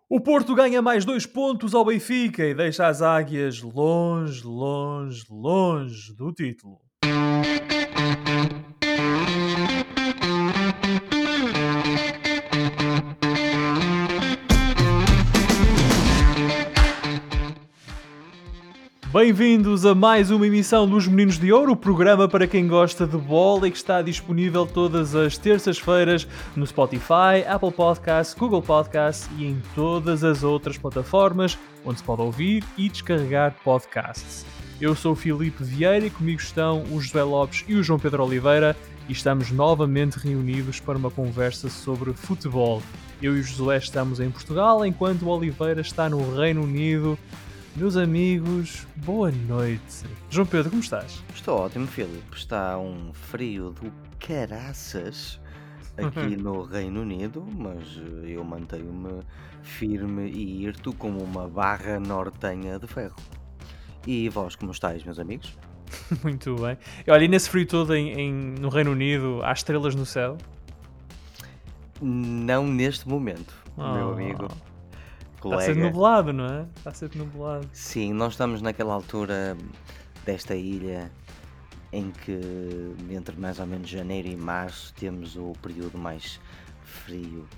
O Porto ganha mais 2 pontos ao Benfica e deixa as águias longe, longe, longe do título. Bem-vindos a mais uma emissão dos Meninos de Ouro, o programa para quem gosta de bola e que está disponível todas as terças-feiras no Spotify, Apple Podcasts, Google Podcasts e em todas as outras plataformas onde se pode ouvir e descarregar podcasts. Eu sou o Filipe Vieira e comigo estão o José Lopes e o João Pedro Oliveira e estamos novamente reunidos para uma conversa sobre futebol. Eu e o Josué estamos em Portugal, enquanto o Oliveira está no Reino Unido. Meus amigos, boa noite. João Pedro, como estás? Estou ótimo, Filipe. Está um frio do caraças aqui no Reino Unido, mas eu mantenho-me firme e hirto como uma barra nortenha de ferro. E vós, como estáis, meus amigos? Muito bem. Olha, e nesse frio todo no Reino Unido, há estrelas no céu? Não neste momento, meu amigo, Está a ser colega. nublado, não é? Está a ser nublado. Sim, nós estamos naquela altura desta ilha em que entre mais ou menos janeiro e março temos o período mais frio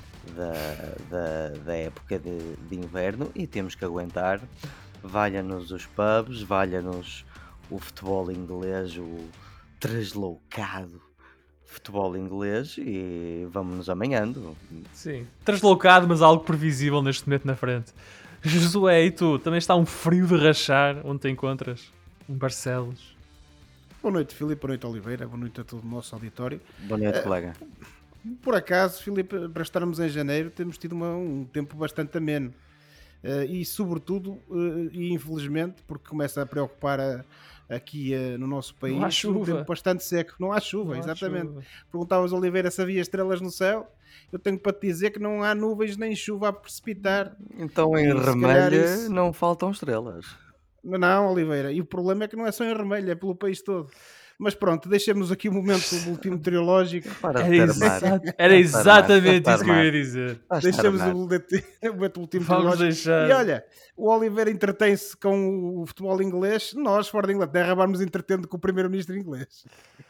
da época de inverno e temos que aguentar. Valha-nos os pubs, valha-nos o futebol inglês, o tresloucado futebol inglês e vamos-nos amanhando. Sim. Translocado, mas algo previsível neste momento na frente. Josué, e tu? Também está um frio de rachar onde te encontras? Em Barcelos. Boa noite, Filipe. Boa noite, Oliveira. Boa noite a todo o nosso auditório. Boa noite, colega. Por acaso, Filipe, para estarmos em janeiro, temos tido um tempo bastante ameno. E, sobretudo, e infelizmente, porque começa a preocupar aqui no nosso país, Não há um chuva. tempo bastante seco. Não há chuva, Não há exatamente. chuva. Perguntavas, Oliveira, se havia estrelas no céu. Eu tenho para te dizer que não há nuvens nem chuva a precipitar. Então em E se calhar Remelha isso... não faltam estrelas. Não, Oliveira, e o problema é que não é só em Remelho, é pelo país todo. Mas pronto, deixemos aqui o momento do boletim meteorológico. Para de armar. Era Estás a armar, exatamente estás a isso que eu armar. ia dizer. Estás a Deixemos armar. o momento do boletim Vamos meteorológico. deixar. E olha, o Oliveira entretém-se com o futebol inglês, nós, fora da Inglaterra, vamos entretendo com o primeiro-ministro inglês.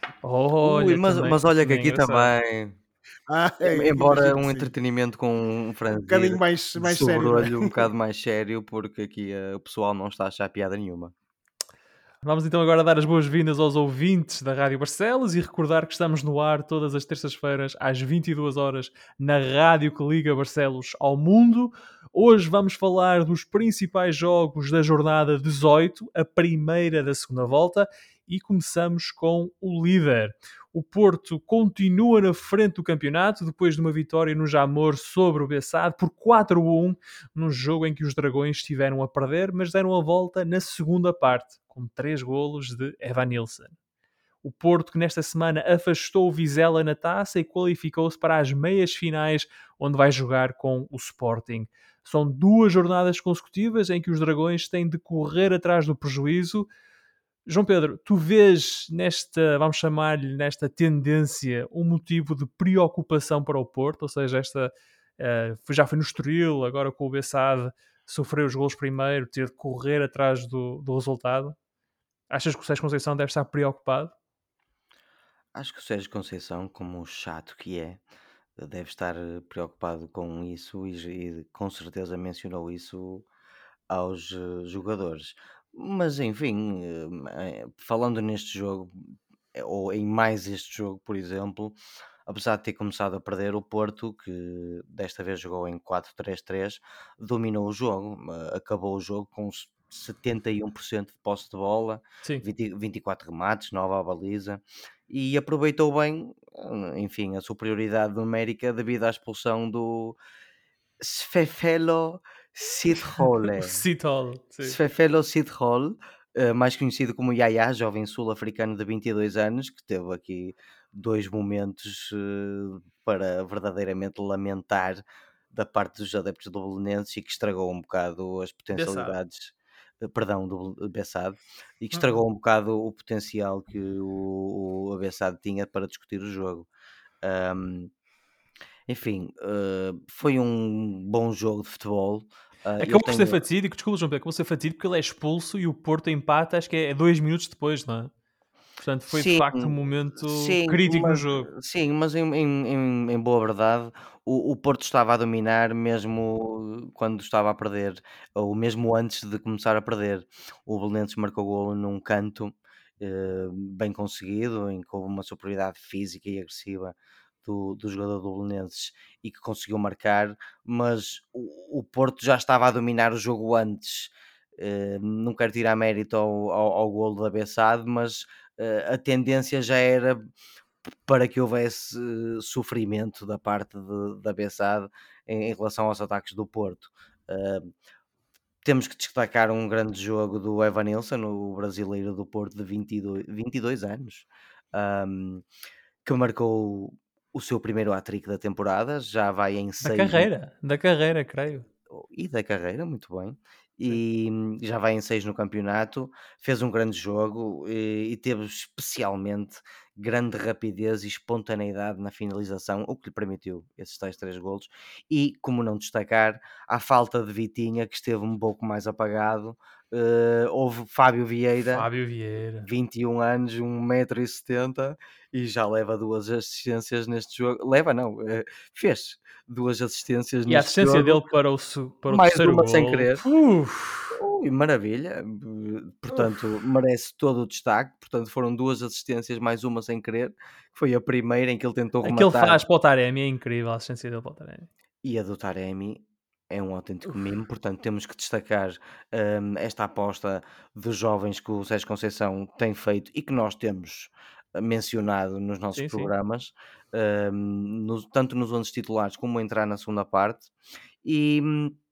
Olha, Mas olha que também é aqui engraçado. também, embora Imagino que um sim. entretenimento com um Um bocadinho franzir de mais sério, não é? sobrolho um bocado mais sério, porque aqui o pessoal não está a achar piada nenhuma. Vamos então agora dar as boas-vindas aos ouvintes da Rádio Barcelos e recordar que estamos no ar todas as terças-feiras às 22 horas na rádio que liga Barcelos ao mundo. Hoje vamos falar dos principais jogos da jornada 18, a primeira da segunda volta, e começamos com o líder. O Porto continua na frente do campeonato depois de uma vitória no Jamor sobre o Bessade por 4-1, num jogo em que os Dragões estiveram a perder, mas deram a volta na segunda parte, com 3 golos de Evanilson. O Porto, que nesta semana afastou o Vizela na taça e qualificou-se para as meias finais, onde vai jogar com o Sporting. São 2 jornadas consecutivas em que os Dragões têm de correr atrás do prejuízo. João Pedro, tu vês nesta, vamos chamar-lhe, nesta tendência, um motivo de preocupação para o Porto? Ou seja, já foi no Estoril, agora com o Bessade, sofreu os gols primeiro, ter de correr atrás do resultado? Achas que o Sérgio Conceição deve estar preocupado? Acho que o Sérgio Conceição, como chato que é, deve estar preocupado com isso e com certeza mencionou isso aos jogadores. Mas enfim, falando neste jogo, ou em mais este jogo, por exemplo, apesar de ter começado a perder, o Porto, que desta vez jogou em 4-3-3, dominou o jogo, acabou o jogo com 71% de posse de bola, Sim. 24 remates, 9 à baliza, e aproveitou bem, enfim, a superioridade numérica devido à expulsão do Sfefelo O Sidhole. Citol, sim. Sfefelo Sidhole, mais conhecido como Yaya, jovem sul-africano de 22 anos, que teve aqui 2 momentos para verdadeiramente lamentar da parte dos adeptos do Belenenses e que estragou um bocado as Bessade. potencialidades, perdão, do Bessade, e que Uhum. estragou um bocado o potencial que o Bessade tinha para discutir o jogo. Ahm, Enfim, foi um bom jogo de futebol. Eu Acabou por ser tenho. fatídico, desculpa, João Pedro, acabou por ser fatídico porque ele é expulso e o Porto empata, acho que é 2 minutos depois, não é? Portanto, foi de Sim, facto um momento sim, crítico no mas jogo. em boa verdade, o Porto estava a dominar mesmo quando estava a perder, ou mesmo antes de começar a perder. O Belenenses marcou golo num canto, bem conseguido, em que houve uma superioridade física e agressiva do jogador do Belenenses e que conseguiu marcar, mas o Porto já estava a dominar o jogo antes. Não quero tirar mérito ao golo da Bessade, mas a tendência já era para que houvesse sofrimento da parte da Bessade em relação aos ataques do Porto. Uh, Temos que destacar um grande jogo do Evanilson, o brasileiro do Porto de 22 anos, um, que marcou o seu primeiro hat-trick da temporada, já vai em 6 Da carreira, creio. e da carreira, muito bem. Sim. E já vai em 6 no campeonato, fez um grande jogo e teve especialmente grande rapidez e espontaneidade na finalização, o que lhe permitiu esses tais 3 golos. E, como não destacar, à falta de Vitinha, que esteve um pouco mais apagado, houve Fábio Vieira, Fábio Vieira. 21 anos, 1,70 m e já leva 2 assistências neste jogo. Leva não, fez 2 assistências E a neste assistência jogo, dele para o mais terceiro uma sem golo. querer. Uf, Ui, maravilha, portanto, uf. merece todo o destaque. Portanto, foram 2 assistências, mais uma sem querer, que foi a primeira em que ele tentou Aquele rematar, faz para o Taremi é incrível, a assistência dele para o Taremi. e a do Taremi é um autêntico Uf. mimo. Portanto, temos que destacar esta aposta dos jovens que o Sérgio Conceição tem feito e que nós temos mencionado nos nossos Sim, sim. programas, tanto nos 11 titulares como a entrar na segunda parte. E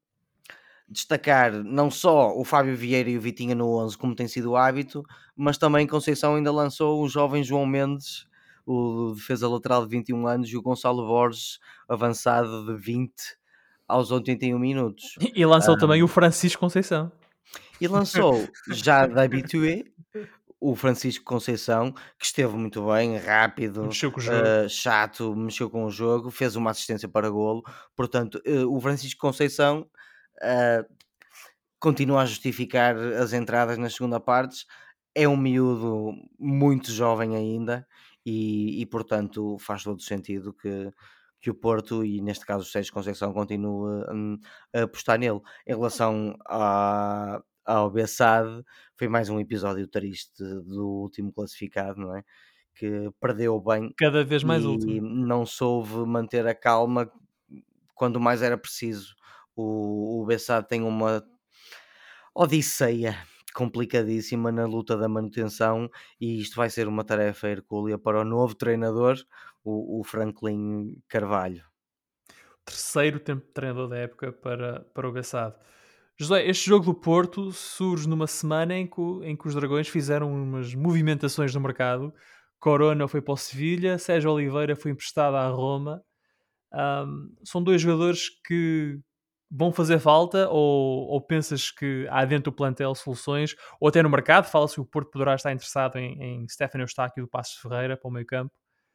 destacar não só o Fábio Vieira e o Vitinha no 11, como tem sido o hábito, mas também Conceição ainda lançou o jovem João Mendes, o defesa lateral de 21 anos, e o Gonçalo Borges, avançado de 20 aos 81 minutos. E lançou também o Francisco Conceição. E lançou, já da habitué, o Francisco Conceição, que esteve muito bem, rápido, Mexeu com o jogo. chato, mexeu com o jogo, fez uma assistência para golo. Portanto, o Francisco Conceição ah, continua a justificar as entradas nas segunda partes. É um miúdo muito jovem ainda portanto faz todo sentido que o Porto, e neste caso o Sérgio Conceição, continue a apostar nele. Em relação ao Bessade, foi mais um episódio triste do último classificado, não é? Que perdeu bem Cada vez mais e último. não soube manter a calma quando mais era preciso. O Bessade tem uma odisseia complicadíssima na luta da manutenção, e isto vai ser uma tarefa hercúlea para o novo treinador, o Franklin Carvalho. Terceiro tempo de treinador da época para o Bessado. José, este jogo do Porto surge numa semana em que os Dragões fizeram umas movimentações no mercado. Corona foi para o Sevilha, Sérgio Oliveira foi emprestado à Roma. São dois jogadores que vão fazer falta, ou pensas que há dentro do plantel soluções, ou até no mercado, fala-se que o Porto poderá estar interessado em Stefano Eustáquio do Passos Ferreira para o meio campo.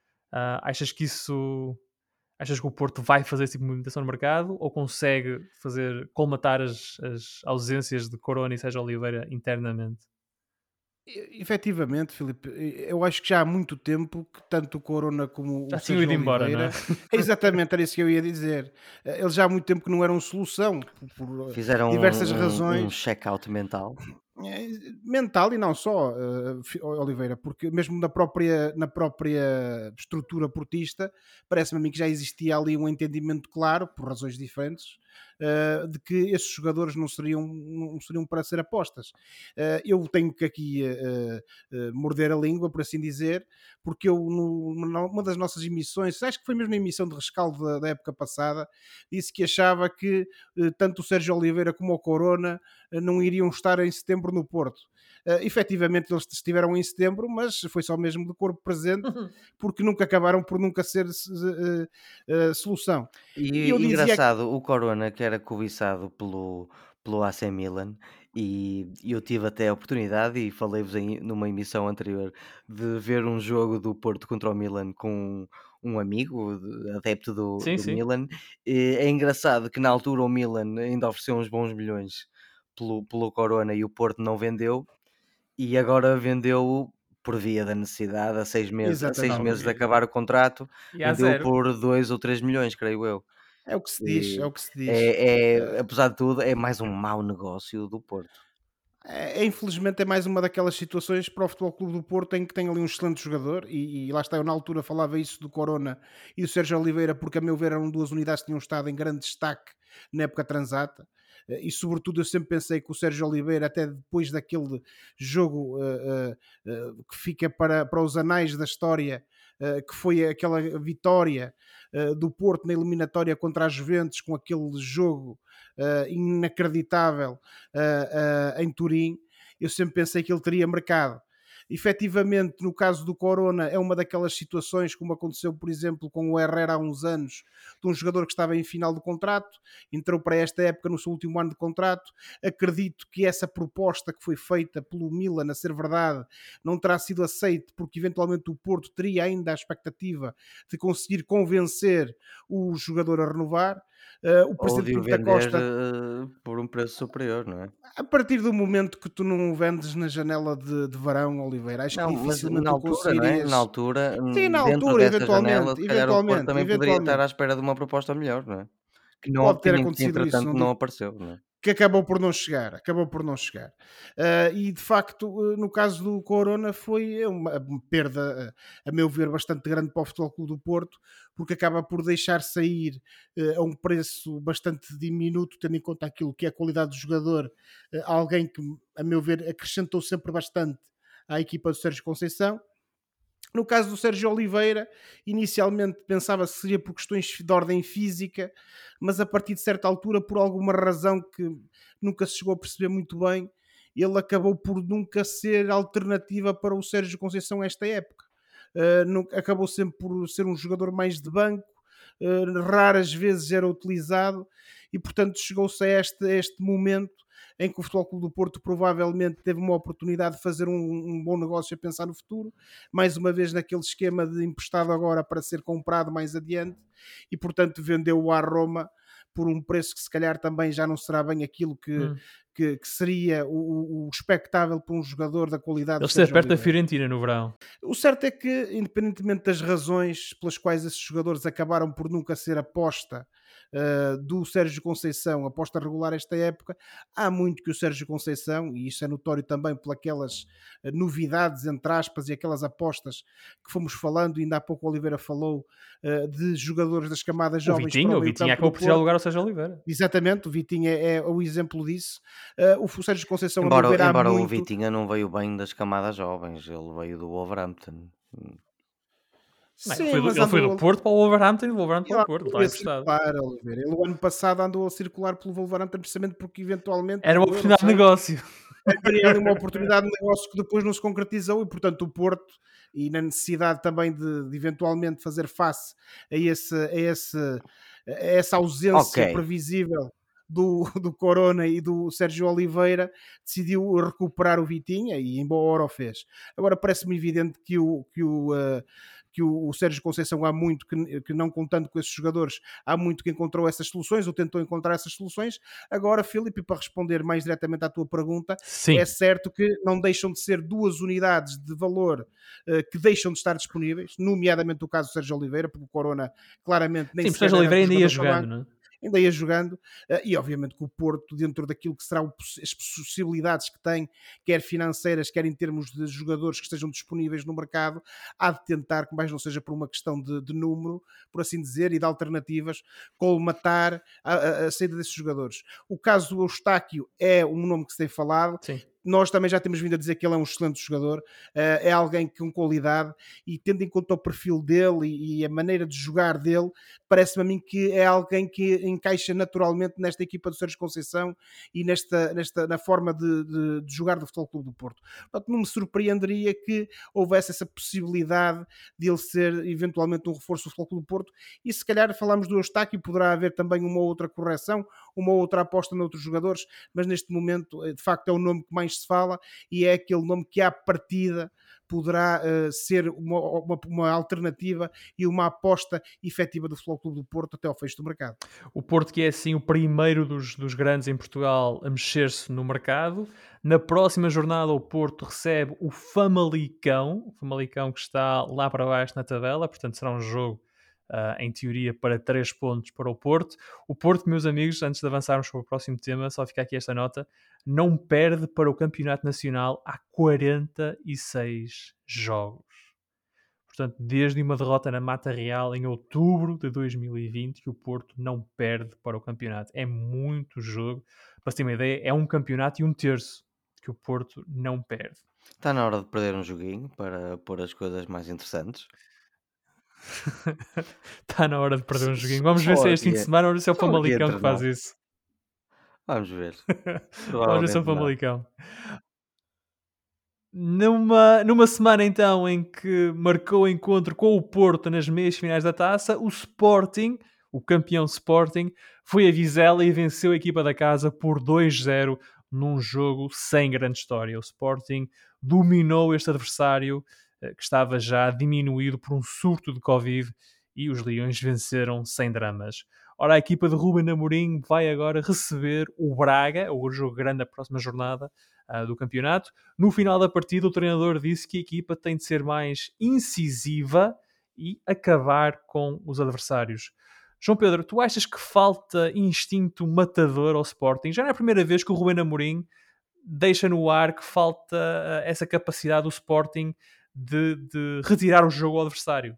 Achas que o Porto vai fazer esse tipo de movimentação no mercado, ou consegue colmatar as ausências de Corona e Sérgio Oliveira internamente? Efetivamente, Filipe, eu acho que já há muito tempo que tanto o Corona como o Já tinham Sérgio ido embora, não é? Oliveira, exatamente era isso que eu ia dizer, eles já há muito tempo que não eram solução, por Fizeram diversas um razões. check-out mental. Mental e não só, Oliveira, porque mesmo na própria estrutura portista, parece-me a mim que já existia ali um entendimento claro, por razões diferentes, de que esses jogadores não seriam para ser apostas. Eu tenho que aqui morder a língua, por assim dizer, porque eu, numa das nossas emissões, acho que foi mesmo na emissão de rescaldo da época passada, disse que achava que tanto o Sérgio Oliveira como o Corona não iriam estar em setembro no Porto. Efetivamente eles estiveram em setembro, mas foi só mesmo de corpo presente, porque nunca acabaram por nunca ser solução. E eu E dizia que engraçado, o Corona, que era cobiçado pelo AC Milan, e eu tive até a oportunidade, e falei-vos numa emissão anterior, de ver um jogo do Porto contra o Milan com um amigo, adepto do, Sim, do sim. Milan. É engraçado que na altura o Milan ainda ofereceu uns bons milhões pelo Corona e o Porto não vendeu, e agora vendeu por via da necessidade a seis meses de Exatamente. acabar o contrato, E há vendeu zero. por 2 ou 3 milhões, creio eu. É o que se diz, é E o que se diz. apesar de tudo, é mais um mau negócio do Porto. Infelizmente é mais uma daquelas situações para o Futebol Clube do Porto em que tem ali um excelente jogador e lá está, eu na altura falava isso do Corona e do Sérgio Oliveira porque a meu ver eram duas unidades que tinham estado em grande destaque na época transata. E sobretudo eu sempre pensei que o Sérgio Oliveira, até depois daquele jogo que fica para os anais da história, que foi aquela vitória do Porto na eliminatória contra a Juventus, com aquele jogo inacreditável em Turim, eu sempre pensei que ele teria mercado. Efetivamente, no caso do Corona, é uma daquelas situações, como aconteceu, por exemplo, com o Herrera há uns anos, de um jogador que estava em final de contrato, entrou para esta época no seu último ano de contrato. Acredito que essa proposta que foi feita pelo Milan, a ser verdade, não terá sido aceita, porque eventualmente o Porto teria ainda a expectativa de conseguir convencer o jogador a renovar. O Ou presidente de o Pinto da vender Costa, por um preço superior, não é? a partir do momento que tu não o vendes na janela de verão, Oliveira, acho Não, que mas na dificilmente tu altura, não é? Na conseguirias. altura, Sim, na dentro altura, dessa janela, eventualmente, se calhar o Porto eventualmente, também poderia estar à eventualmente. espera de uma proposta melhor, não é? Que não Pode que ter nem que acontecido isso, entretanto não não digo apareceu, não é? que acabou por não chegar, acabou por não chegar. E de facto, no caso do Corona, foi uma perda, a meu ver, bastante grande para o Futebol Clube do Porto, porque acaba por deixar sair a um preço bastante diminuto, tendo em conta aquilo que é a qualidade do jogador, alguém que, a meu ver, acrescentou sempre bastante à equipa do Sérgio Conceição. No caso do Sérgio Oliveira, inicialmente pensava que seria por questões de ordem física, mas a partir de certa altura, por alguma razão que nunca se chegou a perceber muito bem, ele acabou por nunca ser alternativa para o Sérgio Conceição esta época. Acabou sempre por ser um jogador mais de banco, raras vezes era utilizado e, portanto, chegou-se a este momento em que o Futebol Clube do Porto provavelmente teve uma oportunidade de fazer um bom negócio a pensar no futuro, mais uma vez naquele esquema de emprestado agora para ser comprado mais adiante, e portanto vendeu-o à Roma por um preço que se calhar também já não será bem aquilo Hum. que seria o expectável para um jogador da qualidade Ele do esteve Sérgio perto da Oliveira. Fiorentina no verão. O certo é que, independentemente das razões pelas quais esses jogadores acabaram por nunca ser aposta do Sérgio Conceição, aposta regular esta época, há muito que o Sérgio Conceição, e isso é notório também por aquelas novidades, entre aspas, e aquelas apostas que fomos falando, ainda há pouco o Oliveira falou de jogadores das camadas O jovens para Vitinho, o o meio Vitinho campo acabou do por tirar o Porto. lugar ao Sérgio Oliveira. Exatamente, o Vitinho é o exemplo disso. O Sérgio Conceição, a meu Embora, ver, há embora o muito. Vitinha não veio bem das camadas jovens, ele veio do Wolverhampton. Não, Sim, mas ele foi do andou. Porto para o Wolverhampton e do Wolverhampton para Ele o Porto. Ele andou estava a emprestado. circular, Oliveira. Ele o ano passado andou a circular pelo Wolverhampton precisamente porque eventualmente, Era uma digo eu, não oportunidade de sei, negócio. haveria ali uma oportunidade de negócio que depois não se concretizou e portanto o Porto, e na necessidade também de eventualmente fazer face a essa Ok, ausência previsível do Corona e do Sérgio Oliveira, decidiu recuperar o Vitinha e em boa hora o fez. Agora parece-me evidente que o Sérgio Conceição há muito que não contando com esses jogadores, há muito que encontrou essas soluções ou tentou encontrar essas soluções. Agora, Filipe, para responder mais diretamente à tua pergunta, é Sim. certo que não deixam de ser duas unidades de valor que deixam de estar disponíveis, nomeadamente o caso do Sérgio Oliveira, porque o Corona claramente nem Sim, porque o sequer Sérgio era Oliveira ainda ia jogador para jogando, banco, não é? ainda ia jogando, e obviamente que o Porto, dentro daquilo que serão as possibilidades que tem, quer financeiras, quer em termos de jogadores que estejam disponíveis no mercado, há de tentar, que mais não seja por uma questão de número, por assim dizer, e de alternativas, colmatar a saída desses jogadores. O caso do Eustáquio é um nome que se tem falado. Sim. Nós também já temos vindo a dizer que ele é um excelente jogador, é alguém com qualidade, e tendo em conta o perfil dele e a maneira de jogar dele, parece-me a mim que é alguém que encaixa naturalmente nesta equipa do Sérgio Conceição e na forma de jogar do Futebol Clube do Porto. Portanto, não me surpreenderia que houvesse essa possibilidade de ele ser eventualmente um reforço do Futebol Clube do Porto, e se calhar falamos do Eustáquio, poderá haver também uma outra correção, uma outra aposta noutros jogadores, mas neste momento, de facto, é o nome que mais mais se fala e é aquele nome que à partida poderá ser uma alternativa e uma aposta efetiva do Futebol Clube do Porto até ao fecho do mercado. O Porto, que é assim o primeiro dos grandes em Portugal a mexer-se no mercado. Na próxima jornada, o Porto recebe o Famalicão que está lá para baixo na tabela, portanto será um jogo, em teoria, para 3 pontos para o Porto. O Porto, meus amigos, antes de avançarmos para o próximo tema, só fica aqui esta nota, não perde para o Campeonato Nacional há 46 jogos. Portanto, desde uma derrota na Mata Real em outubro de 2020, que o Porto não perde para o campeonato. É muito jogo. Para se ter uma ideia, é um campeonato e um terço que o Porto não perde. Está na hora de perder um joguinho para pôr as coisas mais interessantes. Está na hora de perder um joguinho. Vamos ver Só se é este fim de aqui, semana ou se é o só aqui Famalicão entre que faz nós. isso. Vamos ver. Vamos ver se é o Provavelmente não. Famalicão. Numa semana então em que marcou o encontro com o Porto nas meias finais da taça, o Sporting, o campeão Sporting, foi a Vizela e venceu a equipa da casa por 2-0 num jogo sem grande história. O Sporting dominou este adversário que estava já diminuído por um surto de Covid e os Leões venceram sem dramas. Ora, a equipa de Ruben Amorim vai agora receber o Braga, o jogo grande da próxima jornada do campeonato. No final da partida, o treinador disse que a equipa tem de ser mais incisiva e acabar com os adversários. João Pedro, tu achas que falta instinto matador ao Sporting? Já não é a primeira vez que o Ruben Amorim deixa no ar que falta essa capacidade do Sporting de retirar o jogo ao adversário.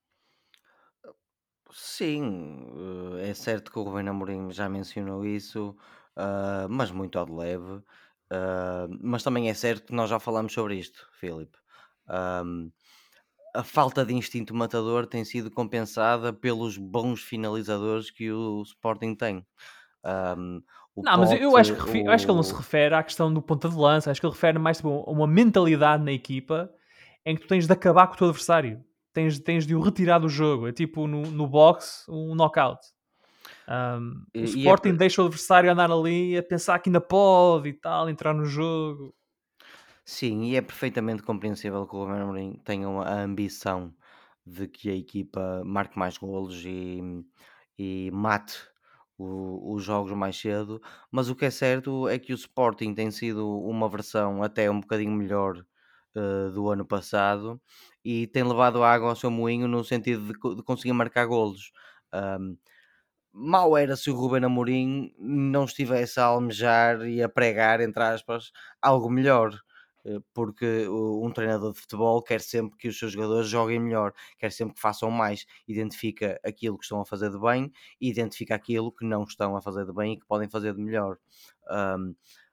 Sim, é certo que o Rubén Amorim já mencionou isso, mas muito ao de leve. Mas também é certo que nós já falamos sobre isto, Filipe. Ahm, a falta de instinto matador tem sido compensada pelos bons finalizadores que o Sporting tem. Ahm, o Não, mas eu Pote, acho que, eu acho que ele não se refere à questão do ponta de lança. Acho que ele refere mais tipo, a uma mentalidade na equipa em que tu tens de acabar com o teu adversário. Tens de o retirar do jogo. É tipo no boxe, um knockout. O e é, Sporting deixa o adversário andar ali a pensar que ainda pode e tal, entrar no jogo. sim, e é perfeitamente compreensível que o Ruben Amorim tenha a ambição de que a equipa marque mais golos e mate os jogos mais cedo, mas o que é certo é que o Sporting tem sido uma versão até um bocadinho melhor do ano passado e tem levado a água ao seu moinho no sentido de conseguir marcar golos. Ahm, Mau era se o Ruben Amorim não estivesse a almejar e a pregar, entre aspas, algo melhor, porque um treinador de futebol quer sempre que os seus jogadores joguem melhor, quer sempre que façam mais, identifica aquilo que estão a fazer de bem e identifica aquilo que não estão a fazer de bem e que podem fazer de melhor. Um,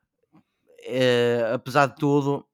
Apesar de tudo,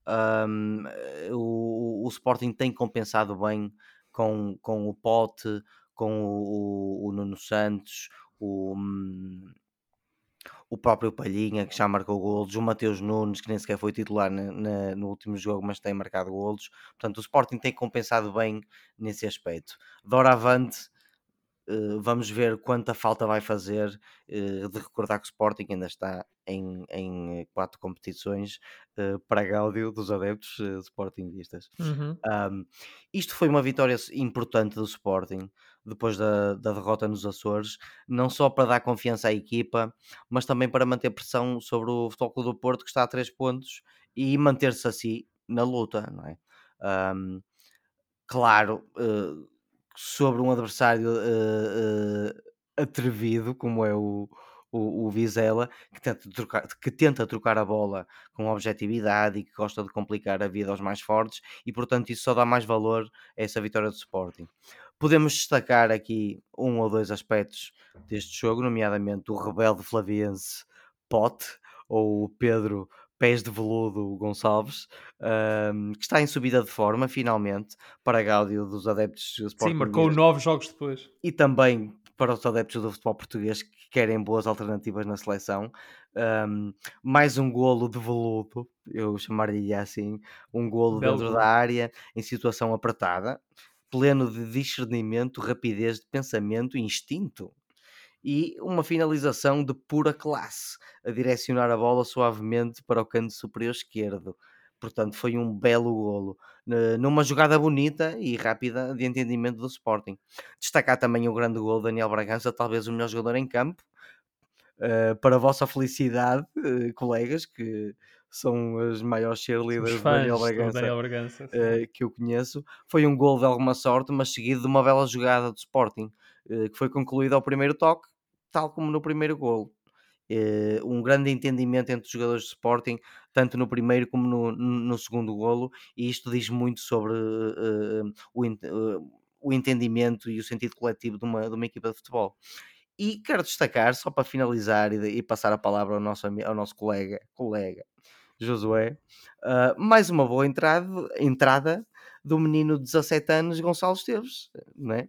o Sporting tem compensado bem com o Pote, com o Nuno Santos, o, hum, o próprio Palhinha, que já marcou golos, o Mateus Nunes, que nem sequer foi titular no último jogo, mas tem marcado golos. Portanto, o Sporting tem compensado bem nesse aspecto. Doravante, vamos ver quanta falta vai fazer. De recordar que o Sporting ainda está em 4 competições, para gáudio dos adeptos sportinguistas. Uhum. Isto foi uma vitória importante do Sporting, depois da derrota nos Açores, não só para dar confiança à equipa, mas também para manter pressão sobre o Futebol Clube do Porto, que está a 3 pontos, e manter-se assim na luta, não é? Ahm, claro, sobre um adversário atrevido, como é o Vizela, que tenta trocar a bola com objetividade e que gosta de complicar a vida aos mais fortes, e portanto isso só dá mais valor a essa vitória do Sporting. Podemos destacar aqui um ou dois aspectos deste jogo, nomeadamente o rebelde flaviense Pote, ou o Pedro Pés de Veludo Gonçalves, que está em subida de forma, finalmente, para a gáudio dos adeptos Sim, marcou sportinguistas 9 jogos depois. e também para os adeptos do futebol português que querem boas alternativas na seleção. Mais um golo de veludo, eu chamaria assim, um golo Belo dentro da gol. área, em situação apertada, pleno de discernimento, rapidez de pensamento e instinto. e uma finalização de pura classe, a direcionar a bola suavemente para o canto superior esquerdo. Portanto, foi um belo golo, numa jogada bonita e rápida de entendimento do Sporting. Destacar também o grande golo de Daniel Bragança, talvez o melhor jogador em campo, para a vossa felicidade, colegas, que são as maiores Os cheerleaders de Daniel fãs do Bragança Daniel Bragança. que eu conheço. Foi um golo de alguma sorte, mas seguido de uma bela jogada do Sporting, que foi concluída ao primeiro toque, tal como no primeiro golo. Um grande entendimento entre os jogadores de Sporting, tanto no primeiro como no segundo golo, e isto diz muito sobre o entendimento e o sentido coletivo de uma equipa de futebol. E quero destacar, só para finalizar e passar a palavra ao nosso colega Josué, mais uma boa entrada do menino de 17 anos, Gonçalo Esteves, não é?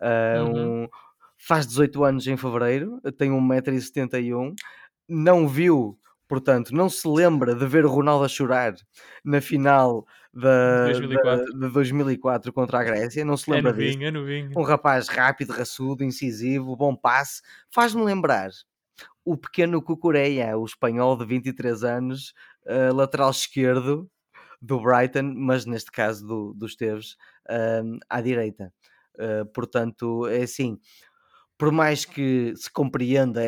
Faz 18 anos em fevereiro, tem 1,71 m, não viu, portanto, não se lembra de ver o Ronaldo a chorar na final de 2004 contra a Grécia, não se lembra disso. É novinho. Um rapaz rápido, raçudo, incisivo, bom passe, faz-me lembrar o pequeno Cucurella, o espanhol de 23 anos, lateral esquerdo do Brighton, mas neste caso do Esteves, à direita. Portanto, é assim, por mais que se compreenda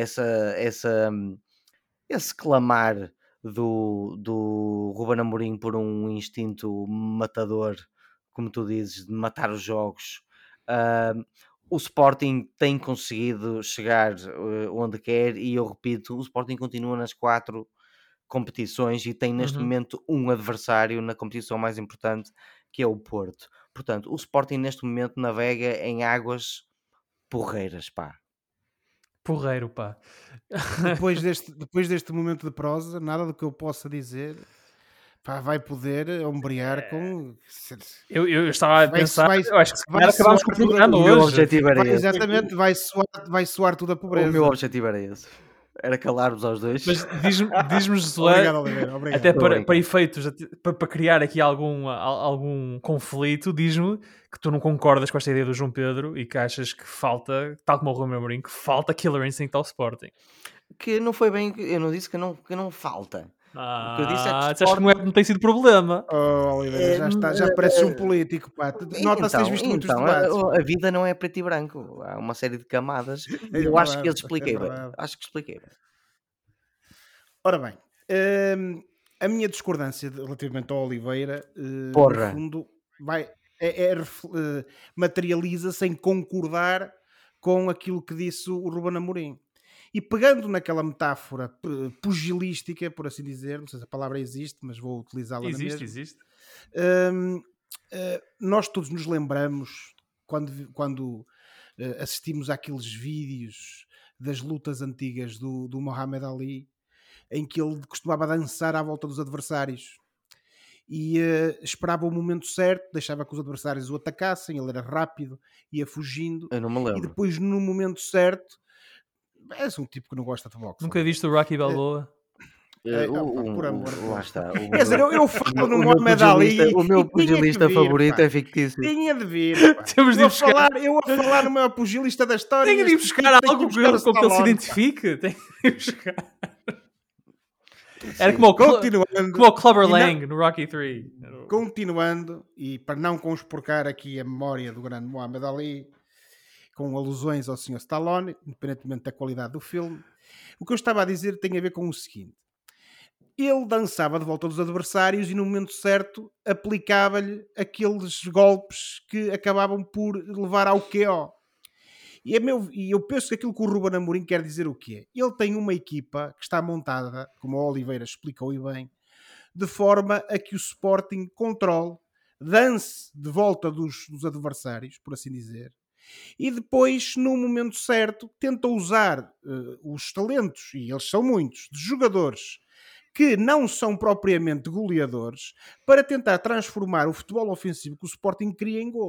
esse clamar do Ruben Amorim por um instinto matador, como tu dizes, de matar os jogos, o Sporting tem conseguido chegar onde quer, e eu repito, o Sporting continua nas 4 competições e tem neste momento um adversário na competição mais importante, que é o Porto. Portanto, o Sporting neste momento navega em águas porreiras, pá. Porreiro, pá. Depois deste momento de prosa, nada do que eu possa dizer, pá, vai poder ombrear com... Eu estava a pensar, eu acho que se calhar vai acabámos soar com o tudo programa O meu hoje. objetivo era esse. Exatamente, vai soar tudo a O pobreza. meu objetivo era esse. Era calar-vos aos dois. Mas diz-me, Josué, Obrigado, Oliveira, obrigado. até para Obrigado. efeitos, para criar aqui algum conflito, diz-me que tu não concordas com esta ideia do João Pedro e que achas que falta, tal como o Romeu Amorim, que falta Killer Instinct ao Sporting. Que não foi bem, eu não disse que não falta. O que eu disse é que Disseste que não tem sido problema. Oh, Oliveira, já pareces um político, pá. Nota-se que tens visto muitos debates. A vida não é preto e branco, há uma série de camadas e eu acho que eu expliquei bem. Acho que expliquei bem. Ora bem, a minha discordância relativamente ao Oliveira, no fundo, materializa-se em concordar com aquilo que disse o Ruben Amorim. E pegando naquela metáfora pugilística, por assim dizer, não sei se a palavra existe, mas vou utilizá-la na mesma. Existe. Nós todos nos lembramos quando assistimos àqueles vídeos das lutas antigas do Muhammad Ali, em que ele costumava dançar à volta dos adversários e esperava o momento certo, deixava que os adversários o atacassem, ele era rápido, ia fugindo. Eu não me lembro. E depois, no momento certo, és um tipo que não gosta de boxe. Nunca viste o Rocky Balboa? Por amor de Deus. Lá está. Quer dizer, eu falo no Muhammad Ali. O meu pugilista favorito é fictício. Tinha de vir. Temos de buscar. Eu a falar no meu pugilista da história. Tenho de ir buscar algo com que ele se identifique. Tenho de ir buscar. Era como o Clubber Lang no Rocky 3. Continuando, e para não conspurcar aqui a memória do grande Muhammad Ali, com alusões ao Sr. Stallone, independentemente da qualidade do filme, o que eu estava a dizer tem a ver com o seguinte: ele dançava de volta dos adversários e no momento certo aplicava-lhe aqueles golpes que acabavam por levar ao KO. E eu penso que aquilo que o Ruben Amorim quer dizer o quê? Ele tem uma equipa que está montada, como o Oliveira explicou bem, de forma a que o Sporting controle, dance de volta dos adversários, por assim dizer, e depois, no momento certo, tenta usar os talentos, e eles são muitos, de jogadores que não são propriamente goleadores, para tentar transformar o futebol ofensivo que o Sporting cria em golos.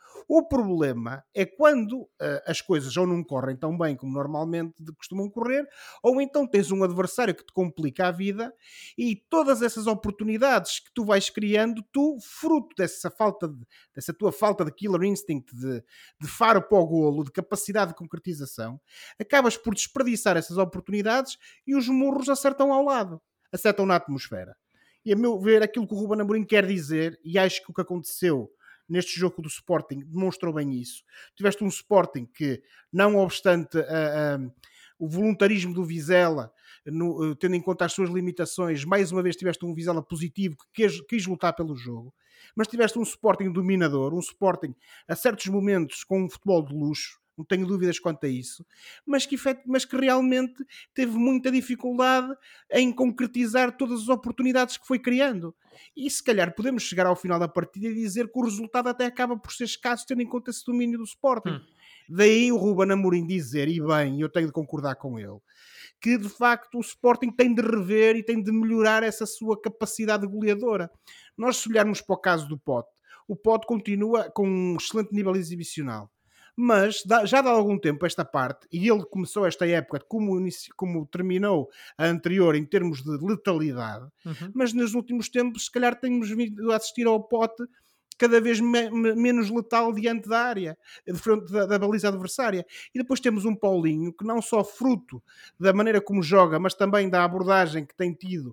O problema é quando as coisas ou não correm tão bem como normalmente costumam correr, ou então tens um adversário que te complica a vida e todas essas oportunidades que tu vais criando, tu, fruto dessa tua falta de killer instinct, de faro para o golo, de capacidade de concretização, acabas por desperdiçar essas oportunidades e os murros acertam ao lado, acertam na atmosfera. E a meu ver, aquilo que o Ruben Amorim quer dizer, e acho que o que aconteceu neste jogo do Sporting demonstrou bem isso. Tiveste um Sporting que, não obstante o voluntarismo do Vizela, tendo em conta as suas limitações, mais uma vez tiveste um Vizela positivo que quis lutar pelo jogo, mas tiveste um Sporting dominador, um Sporting a certos momentos com um futebol de luxo, não tenho dúvidas quanto a isso, mas que realmente teve muita dificuldade em concretizar todas as oportunidades que foi criando. E se calhar podemos chegar ao final da partida e dizer que o resultado até acaba por ser escasso, tendo em conta esse domínio do Sporting. Daí o Ruben Amorim dizer, e bem, eu tenho de concordar com ele, que de facto o Sporting tem de rever e tem de melhorar essa sua capacidade goleadora. Nós, se olharmos para o caso do Pote, o Pote continua com um excelente nível exibicional, mas já há algum tempo esta parte, e ele começou esta época como terminou a anterior em termos de letalidade, mas nos últimos tempos se calhar temos vindo a assistir ao Pote cada vez menos letal diante da área, de frente da baliza adversária. E depois temos um Paulinho que não só fruto da maneira como joga, mas também da abordagem que tem tido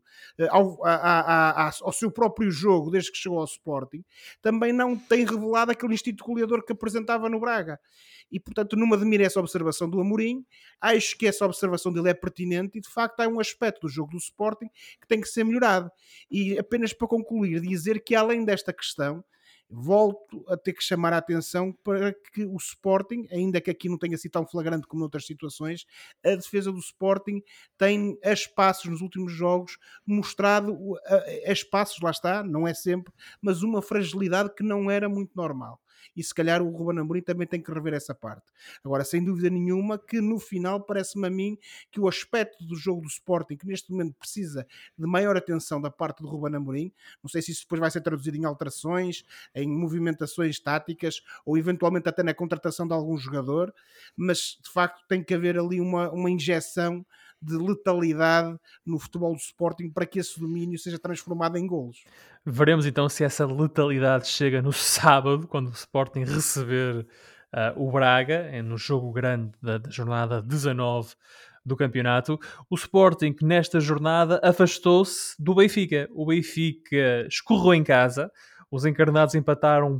ao seu próprio jogo desde que chegou ao Sporting, também não tem revelado aquele instinto goleador que apresentava no Braga. E, portanto, não me admira essa observação do Amorim. Acho que essa observação dele é pertinente e, de facto, há um aspecto do jogo do Sporting que tem que ser melhorado. E apenas para concluir, dizer que, além desta questão, volto a ter que chamar a atenção para que o Sporting, ainda que aqui não tenha sido tão flagrante como noutras situações, a defesa do Sporting tem a espaços nos últimos jogos mostrado a espaços, lá está, não é sempre, mas uma fragilidade que não era muito normal. E se calhar o Ruben Amorim também tem que rever essa parte. Agora, sem dúvida nenhuma que no final parece-me a mim que o aspecto do jogo do Sporting, que neste momento precisa de maior atenção da parte do Ruben Amorim, não sei se isso depois vai ser traduzido em alterações, em movimentações táticas ou eventualmente até na contratação de algum jogador, mas de facto tem que haver ali uma injeção de letalidade no futebol do Sporting para que esse domínio seja transformado em golos. Veremos então se essa letalidade chega no sábado, quando o Sporting receber o Braga, no jogo grande da jornada 19 do campeonato. O Sporting, que nesta jornada afastou-se do Benfica. O Benfica escorreu em casa, os encarnados empataram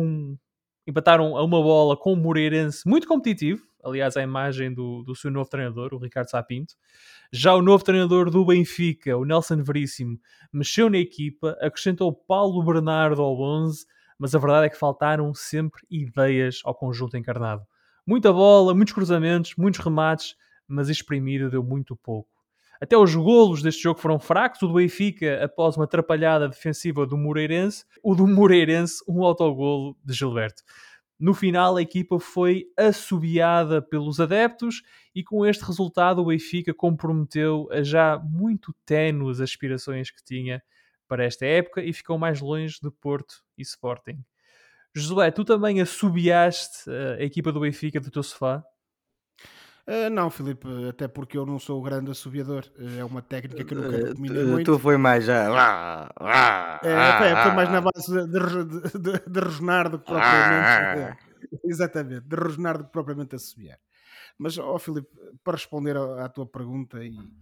a uma bola com o Moreirense, muito competitivo. Aliás, a imagem do seu novo treinador, o Ricardo Sapinto. Já o novo treinador do Benfica, o Nelson Veríssimo, mexeu na equipa, acrescentou Paulo Bernardo ao 11, mas a verdade é que faltaram sempre ideias ao conjunto encarnado. Muita bola, muitos cruzamentos, muitos remates, mas exprimido deu muito pouco. Até os golos deste jogo foram fracos. O do Benfica, após uma atrapalhada defensiva do Moreirense. O do Moreirense, um autogolo de Gilberto. No final, a equipa foi assobiada pelos adeptos e com este resultado o Benfica comprometeu as já muito ténues aspirações que tinha para esta época e ficou mais longe de Porto e Sporting. Josué, tu também assobiaste a equipa do Benfica do teu sofá? Não, Filipe, até porque eu não sou o grande assobiador. É uma técnica que eu nunca dominei muito. Tu foi mais já. Foi mais na base de rosnar do que propriamente. Exatamente, de rosnar do que propriamente assobiar. Mas, Filipe, para responder à tua pergunta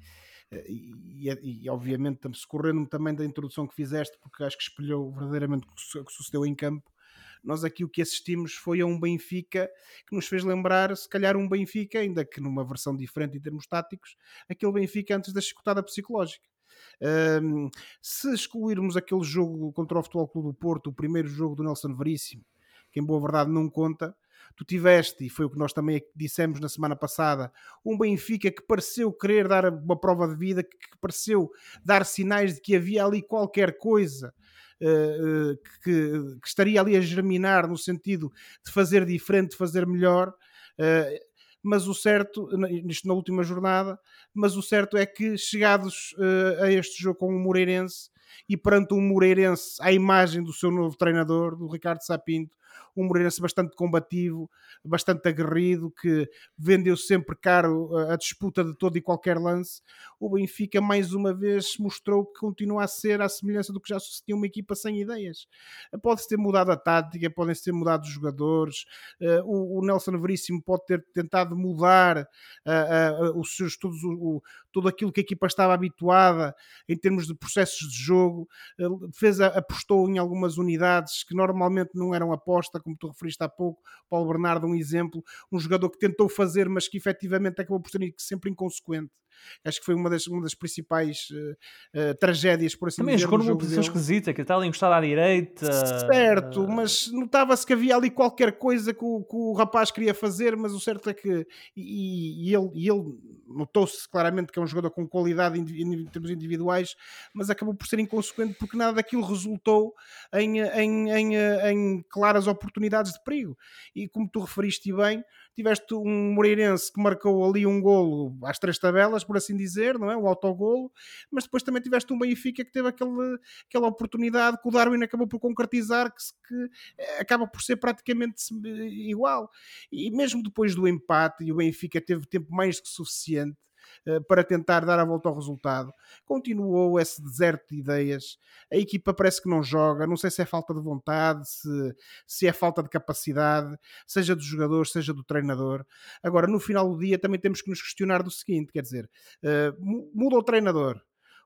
e obviamente socorrendo-me também da introdução que fizeste, porque acho que espelhou verdadeiramente o que sucedeu em campo. Nós aqui o que assistimos foi a um Benfica que nos fez lembrar, se calhar, um Benfica, ainda que numa versão diferente em termos táticos, aquele Benfica antes da chicotada psicológica. Se excluirmos aquele jogo contra o Futebol Clube do Porto, o primeiro jogo do Nelson Veríssimo, que em boa verdade não conta, tu tiveste, e foi o que nós também dissemos na semana passada, um Benfica que pareceu querer dar uma prova de vida, que pareceu dar sinais de que havia ali qualquer coisa que estaria ali a germinar no sentido de fazer diferente, de fazer melhor, mas o certo, isto na última jornada, mas o certo é que chegados a este jogo com o Moreirense e perante um Moreirense à imagem do seu novo treinador, do Ricardo Sapinto, um Moreirense bastante combativo, bastante aguerrido, que vendeu sempre caro a disputa de todo e qualquer lance. O Benfica mais uma vez mostrou que continua a ser à semelhança do que já sucedia uma equipa sem ideias. Pode-se ter mudado a tática, podem-se ter mudado os jogadores, o Nelson Veríssimo pode ter tentado mudar os seus, tudo aquilo que a equipa estava habituada em termos de processos de jogo, apostou em algumas unidades que normalmente não eram aposta, como tu referiste há pouco. Paulo Bernardo, um exemplo, um jogador que tentou fazer, mas que efetivamente acabou por ser sempre inconsequente. Acho que foi uma das principais tragédias, por assim Também dizer, jogou no numa jogo posição dele. esquisita, que está ali encostado à direita. Certo, mas notava-se que havia ali qualquer coisa que o rapaz queria fazer, mas o certo é que ele notou-se claramente que é um jogador com qualidade em termos individuais, mas acabou por ser inconsequente porque nada daquilo resultou em claras oportunidades de perigo. E como tu referiste bem, tiveste um Moreirense que marcou ali um golo às 3 tabelas, por assim dizer, não é? Um autogolo, mas depois também tiveste um Benfica que teve aquela oportunidade que o Darwin acabou por concretizar, que acaba por ser praticamente igual. E mesmo depois do empate, e o Benfica teve tempo mais que suficiente para tentar dar a volta ao resultado, continuou esse deserto de ideias. A equipa parece que não joga, não sei se é falta de vontade, se é falta de capacidade, seja dos jogadores, seja do treinador. Agora, no final do dia, também temos que nos questionar do seguinte, quer dizer, muda o treinador,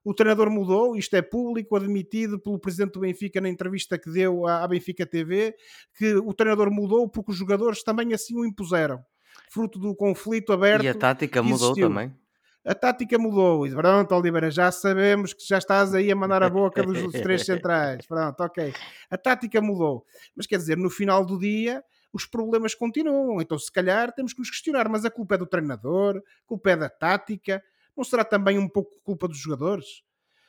mudou, isto é público, admitido pelo presidente do Benfica na entrevista que deu à Benfica TV, que o treinador mudou porque os jogadores também assim o impuseram, fruto do conflito aberto. E a tática mudou também. A tática mudou, e pronto, Oliveira, já sabemos que já estás aí a mandar a boca dos 3 centrais, pronto, ok. A tática mudou, mas quer dizer, no final do dia os problemas continuam, então se calhar temos que nos questionar, mas a culpa é do treinador, a culpa é da tática, não será também um pouco culpa dos jogadores?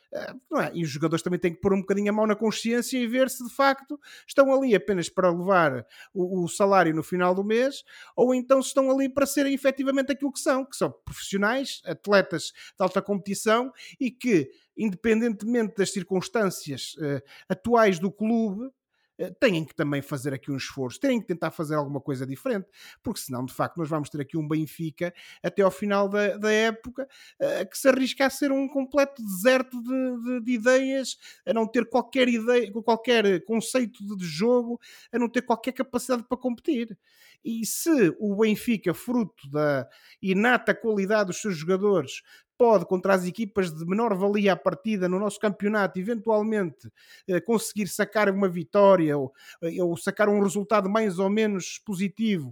Não é? E os jogadores também têm que pôr um bocadinho a mão na consciência e ver se de facto estão ali apenas para levar o salário no final do mês, ou então se estão ali para serem efetivamente aquilo que são profissionais, atletas de alta competição e que, independentemente das circunstâncias atuais do clube, têm que também fazer aqui um esforço, têm que tentar fazer alguma coisa diferente, porque senão, de facto, nós vamos ter aqui um Benfica até ao final da época que se arrisca a ser um completo deserto de ideias, a não ter qualquer ideia, qualquer conceito de jogo, a não ter qualquer capacidade para competir. E se o Benfica, fruto da inata qualidade dos seus jogadores, pode, contra as equipas de menor valia à partida no nosso campeonato, eventualmente conseguir sacar uma vitória ou sacar um resultado mais ou menos positivo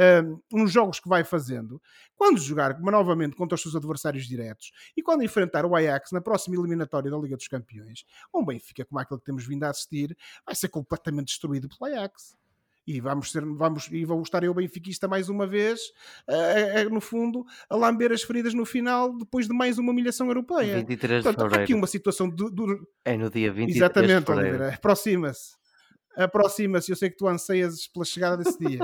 nos jogos que vai fazendo, quando jogar novamente contra os seus adversários diretos e quando enfrentar o Ajax na próxima eliminatória da Liga dos Campeões, um Benfica como aquele que temos vindo a assistir vai ser completamente destruído pelo Ajax. E vou estar eu benfiquista mais uma vez, no fundo, a lamber as feridas no final, depois de mais uma humilhação europeia. 23 de Portanto, há aqui fevereiro. uma situação É no dia 23 de Exatamente, fevereiro. Oliveira. Aproxima-se. Eu sei que tu anseias pela chegada desse dia.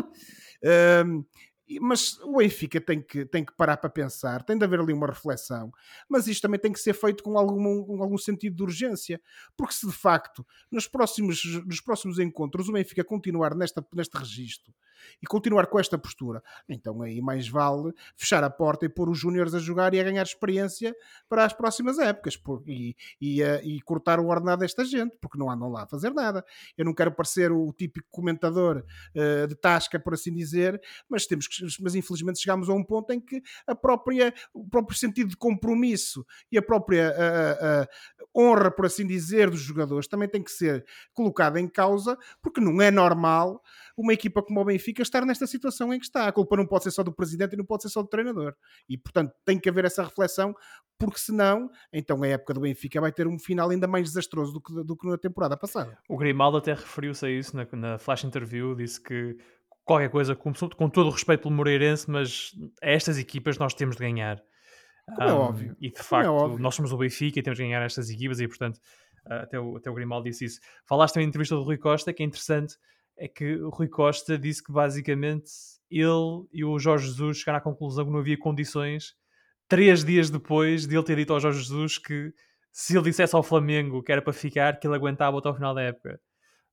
Mas o Benfica tem que parar para pensar, tem de haver ali uma reflexão, mas isto também tem que ser feito com algum sentido de urgência, porque se de facto nos próximos encontros o Benfica continuar neste registro e continuar com esta postura, então aí mais vale fechar a porta e pôr os júniores a jogar e a ganhar experiência para as próximas épocas e cortar o ordenado desta gente, porque não andam lá a fazer nada. Eu não quero parecer o típico comentador de tasca, por assim dizer, mas infelizmente chegámos a um ponto em que o próprio sentido de compromisso e a própria honra, por assim dizer, dos jogadores também tem que ser colocada em causa, porque não é normal uma equipa como o Benfica estar nesta situação em que está. A culpa não pode ser só do presidente e não pode ser só do treinador. E, portanto, tem que haver essa reflexão, porque senão, então a época do Benfica vai ter um final ainda mais desastroso do que na temporada passada. O Grimaldo até referiu-se a isso na flash interview, disse que qualquer coisa, com todo o respeito pelo Moreirense, mas a estas equipas nós temos de ganhar. Como é óbvio. E de facto, nós somos o Benfica e temos de ganhar estas equipas e, portanto, até o Grimaldo disse isso. Falaste também na entrevista do Rui Costa, que é interessante, é que o Rui Costa disse que basicamente ele e o Jorge Jesus chegaram à conclusão que não havia condições 3 dias depois de ele ter dito ao Jorge Jesus que se ele dissesse ao Flamengo que era para ficar, que ele aguentava até ao final da época.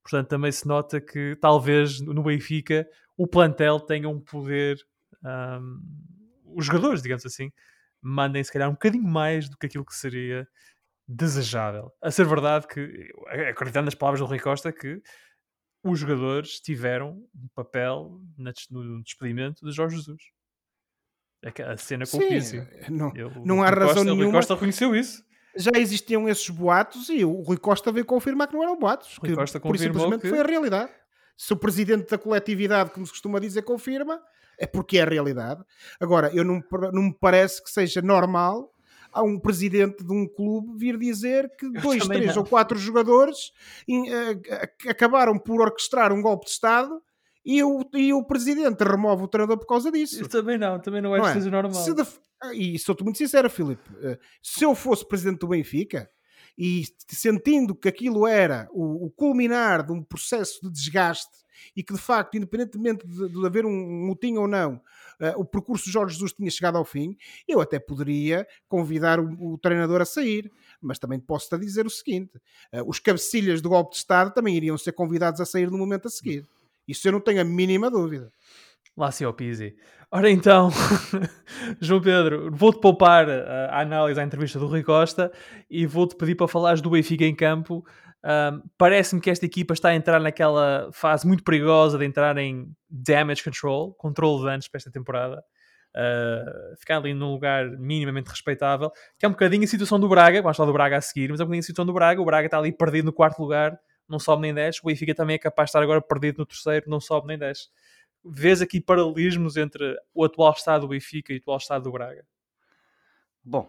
Portanto, também se nota que talvez no Benfica o plantel tenha um poder, ahm, os jogadores, digamos assim, mandem se calhar um bocadinho mais do que aquilo que seria desejável. A ser verdade que, acreditando nas palavras do Rui Costa, que os jogadores tiveram um papel no despedimento de Jorge Jesus. A cena com o Sim, Pizzi. O não há Rui razão Costa, o Rui nenhuma. Costa reconheceu isso. Já existiam esses boatos e o Rui Costa veio confirmar que não eram boatos, O Rui que Costa por isso confirmou simplesmente que foi a realidade. Se o presidente da coletividade, como se costuma dizer, confirma, é porque é a realidade. Agora, não me parece que seja normal a um presidente de um clube vir dizer que eu dois, também três ou não. quatro jogadores acabaram por orquestrar um golpe de Estado e o presidente remove o treinador por causa Eu disso. também não acho Não que é? seja normal. E sou-te muito sincero, Filipe. Se eu fosse presidente do Benfica e sentindo que aquilo era o culminar de um processo de desgaste e que de facto, independentemente de haver um motim ou não, o percurso de Jorge Jesus tinha chegado ao fim, eu até poderia convidar o treinador a sair. Mas também posso-te dizer o seguinte: os cabecilhas do golpe de Estado também iriam ser convidados a sair no momento a seguir. Isso eu não tenho a mínima dúvida. Lá se ao Pizzi. Ora então, João Pedro, vou-te poupar a análise à entrevista do Rui Costa e vou-te pedir para falares do Benfica em campo. Parece-me que esta equipa está a entrar naquela fase muito perigosa de entrar em damage control, controle de danos para esta temporada. Ficar ali num lugar minimamente respeitável, que é um bocadinho a situação do Braga, vamos falar do Braga a seguir, mas é um bocadinho a situação do Braga. O Braga está ali perdido no quarto lugar, não sobe nem desce. O Benfica também é capaz de estar agora perdido no terceiro, não sobe nem desce. Vês aqui paralelismos entre o atual estado do Benfica e o atual estado do Braga? Bom,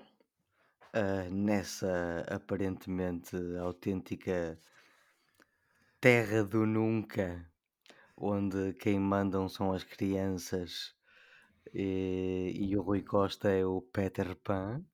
nessa aparentemente autêntica terra do nunca, onde quem mandam são as crianças e o Rui Costa é o Peter Pan.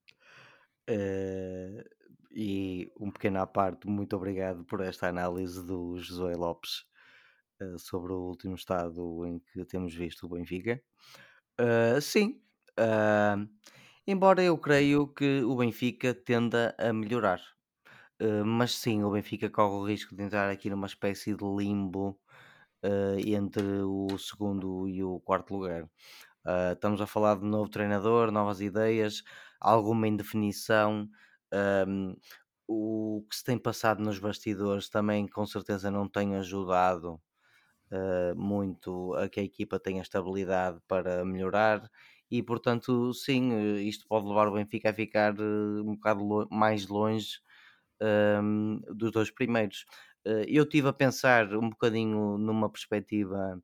E um pequeno à parte, muito obrigado por esta análise do Josué Lopes sobre o último estado em que temos visto o Benfica. Sim, ah, embora eu creio que o Benfica tenda a melhorar. Mas sim, o Benfica corre o risco de entrar aqui numa espécie de limbo entre o segundo e o quarto lugar. Estamos a falar de novo treinador, novas ideias, alguma indefinição. ahm, o que se tem passado nos bastidores também com certeza não tem ajudado muito a que a equipa tenha estabilidade para melhorar e portanto sim, isto pode levar o Benfica a ficar um bocado mais longe dos dois primeiros. Eu estive a pensar um bocadinho numa perspectiva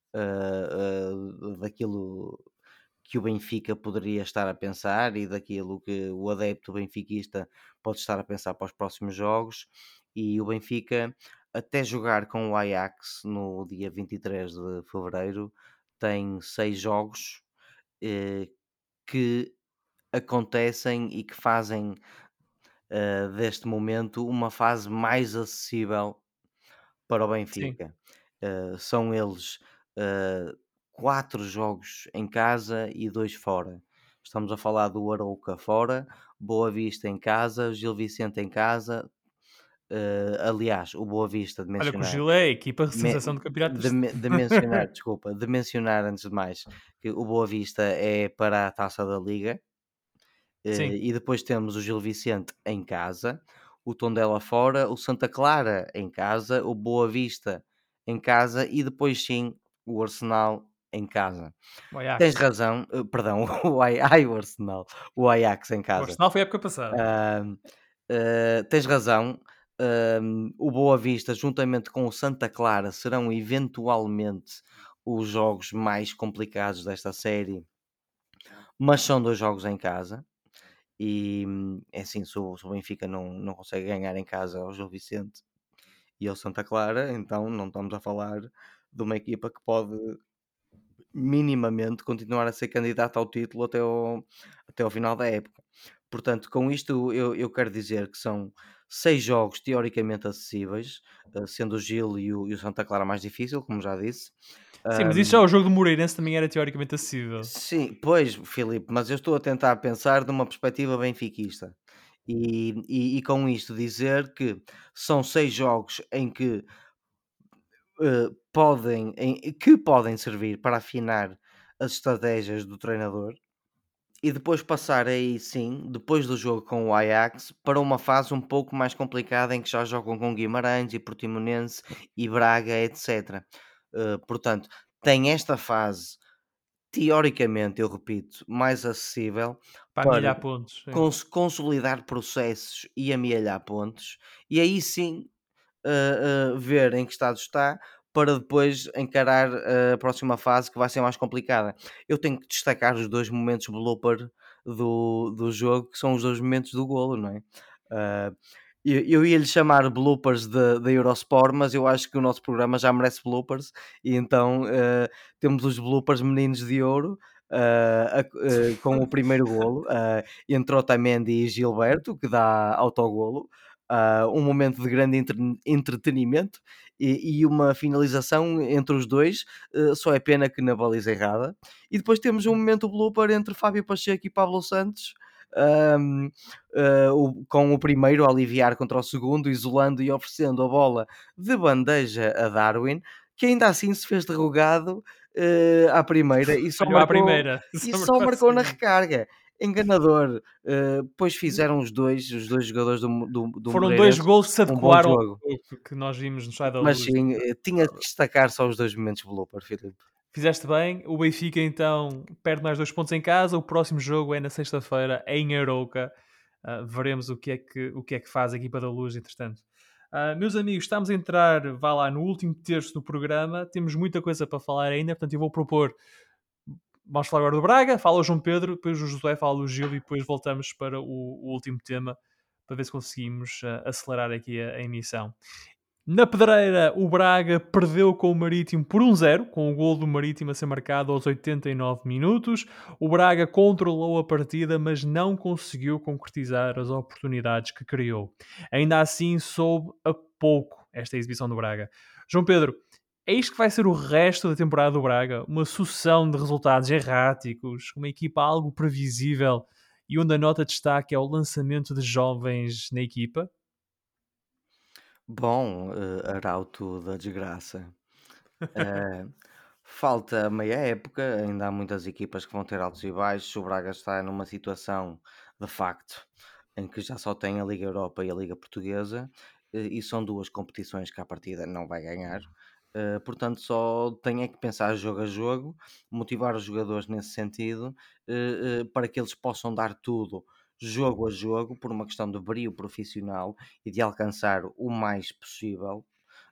daquilo que o Benfica poderia estar a pensar e daquilo que o adepto benfiquista pode estar a pensar para os próximos jogos. E o Benfica, até jogar com o Ajax no dia 23 de fevereiro, tem 6 jogos eh, que acontecem e que fazem deste momento uma fase mais acessível para o Sim. Benfica. São eles uh, 4 jogos em casa e 2 fora. Estamos a falar do Arouca fora, Boa Vista em casa, Gil Vicente em casa. Aliás, o Boa Vista de Olha que o mencionar, Gil é a equipa de me- sensação do campeonato. de mencionar, desculpa, de mencionar antes de mais que o Boa Vista é para a Taça da Liga. Sim, E depois temos o Gil Vicente em casa, o Tondela fora, o Santa Clara em casa, o Boa Vista em casa e depois sim o Arsenal em casa. o Tens Ajax. razão, perdão, o Arsenal, o Ajax em O casa. Arsenal foi a época passada. Ahm, Tens razão, o Boa Vista juntamente com o Santa Clara serão eventualmente os jogos mais complicados desta série, mas são 2 jogos em casa. E é assim, se o Benfica não consegue ganhar em casa ao Gil Vicente e ao Santa Clara, então não estamos a falar de uma equipa que pode minimamente continuar a ser candidata ao título até ao final da época. Portanto, com isto eu quero dizer que são 6 jogos teoricamente acessíveis, sendo o Gil e o Santa Clara mais difícil, como já disse. Sim, mas isso já o jogo do Moreirense também era teoricamente acessível. Sim, pois, Filipe, mas eu estou a tentar pensar de uma perspectiva benfiquista. E com isto dizer que são 6 jogos em que que podem servir para afinar as estratégias do treinador e depois passar aí sim, depois do jogo com o Ajax, para uma fase um pouco mais complicada em que já jogam com Guimarães e Portimonense e Braga, etc. Portanto, tem esta fase, teoricamente, eu repito, mais acessível Para para amelhar pontos. Sim. consolidar processos e amealhar pontos, e aí sim ver em que estado está para depois encarar a próxima fase que vai ser mais complicada. Eu tenho que destacar os dois momentos blooper do jogo, que são os dois momentos do golo, não é? Ah, eu ia lhe chamar bloopers da Eurosport, mas eu acho que o nosso programa já merece bloopers, e então temos os bloopers meninos de ouro. Com o primeiro golo entre Otamendi e Gilberto, que dá autogolo, um momento de grande entretenimento e uma finalização entre os dois, só é pena que na baliza errada. E depois temos um momento blooper entre Fábio Pacheco e Pablo Santos, um, com o primeiro a aliviar contra o segundo, isolando e oferecendo a bola de bandeja a Darwin, que ainda assim se fez derrogado à primeira Falhou à primeira. e Só só marcou a marcou na segunda. recarga. Enganador. Depois fizeram os dois jogadores do Foram dois Moreirense gols que se um bom adequaram ao jogo. jogo que nós vimos no Estádio da Mas Luz. sim, tinha que destacar só os dois momentos blooper, Filipe. Fizeste bem. O Benfica então perde mais 2 pontos em casa. O próximo jogo é na sexta-feira em Arouca. Veremos o que é que faz a equipa da Luz, entretanto. Meus amigos, estamos a entrar, vá lá, no último terço do programa. Temos muita coisa para falar ainda, portanto eu vou propor. Vamos falar agora do Braga, fala o João Pedro, depois o José fala o Gil e depois voltamos para o último tema para ver se conseguimos acelerar aqui a emissão. Na Pedreira, o Braga perdeu com o Marítimo por 1-0, com o gol do Marítimo a ser marcado aos 89 minutos. O Braga controlou a partida, mas não conseguiu concretizar as oportunidades que criou. Ainda assim, soube a pouco esta exibição do Braga. João Pedro, é isto que vai ser o resto da temporada do Braga? Uma sucessão de resultados erráticos, uma equipa algo previsível e onde a nota de destaque é o lançamento de jovens na equipa? Bom, arauto da desgraça. Eh, Falta meia época, ainda há muitas equipas que vão ter altos e baixos. O Braga está numa situação de facto em que já só tem a Liga Europa e a Liga Portuguesa, e são duas competições que à partida não vai ganhar. Portanto, só tem é que pensar jogo a jogo, motivar os jogadores nesse sentido, para que eles possam dar tudo jogo a jogo, por uma questão de brio profissional e de alcançar o mais possível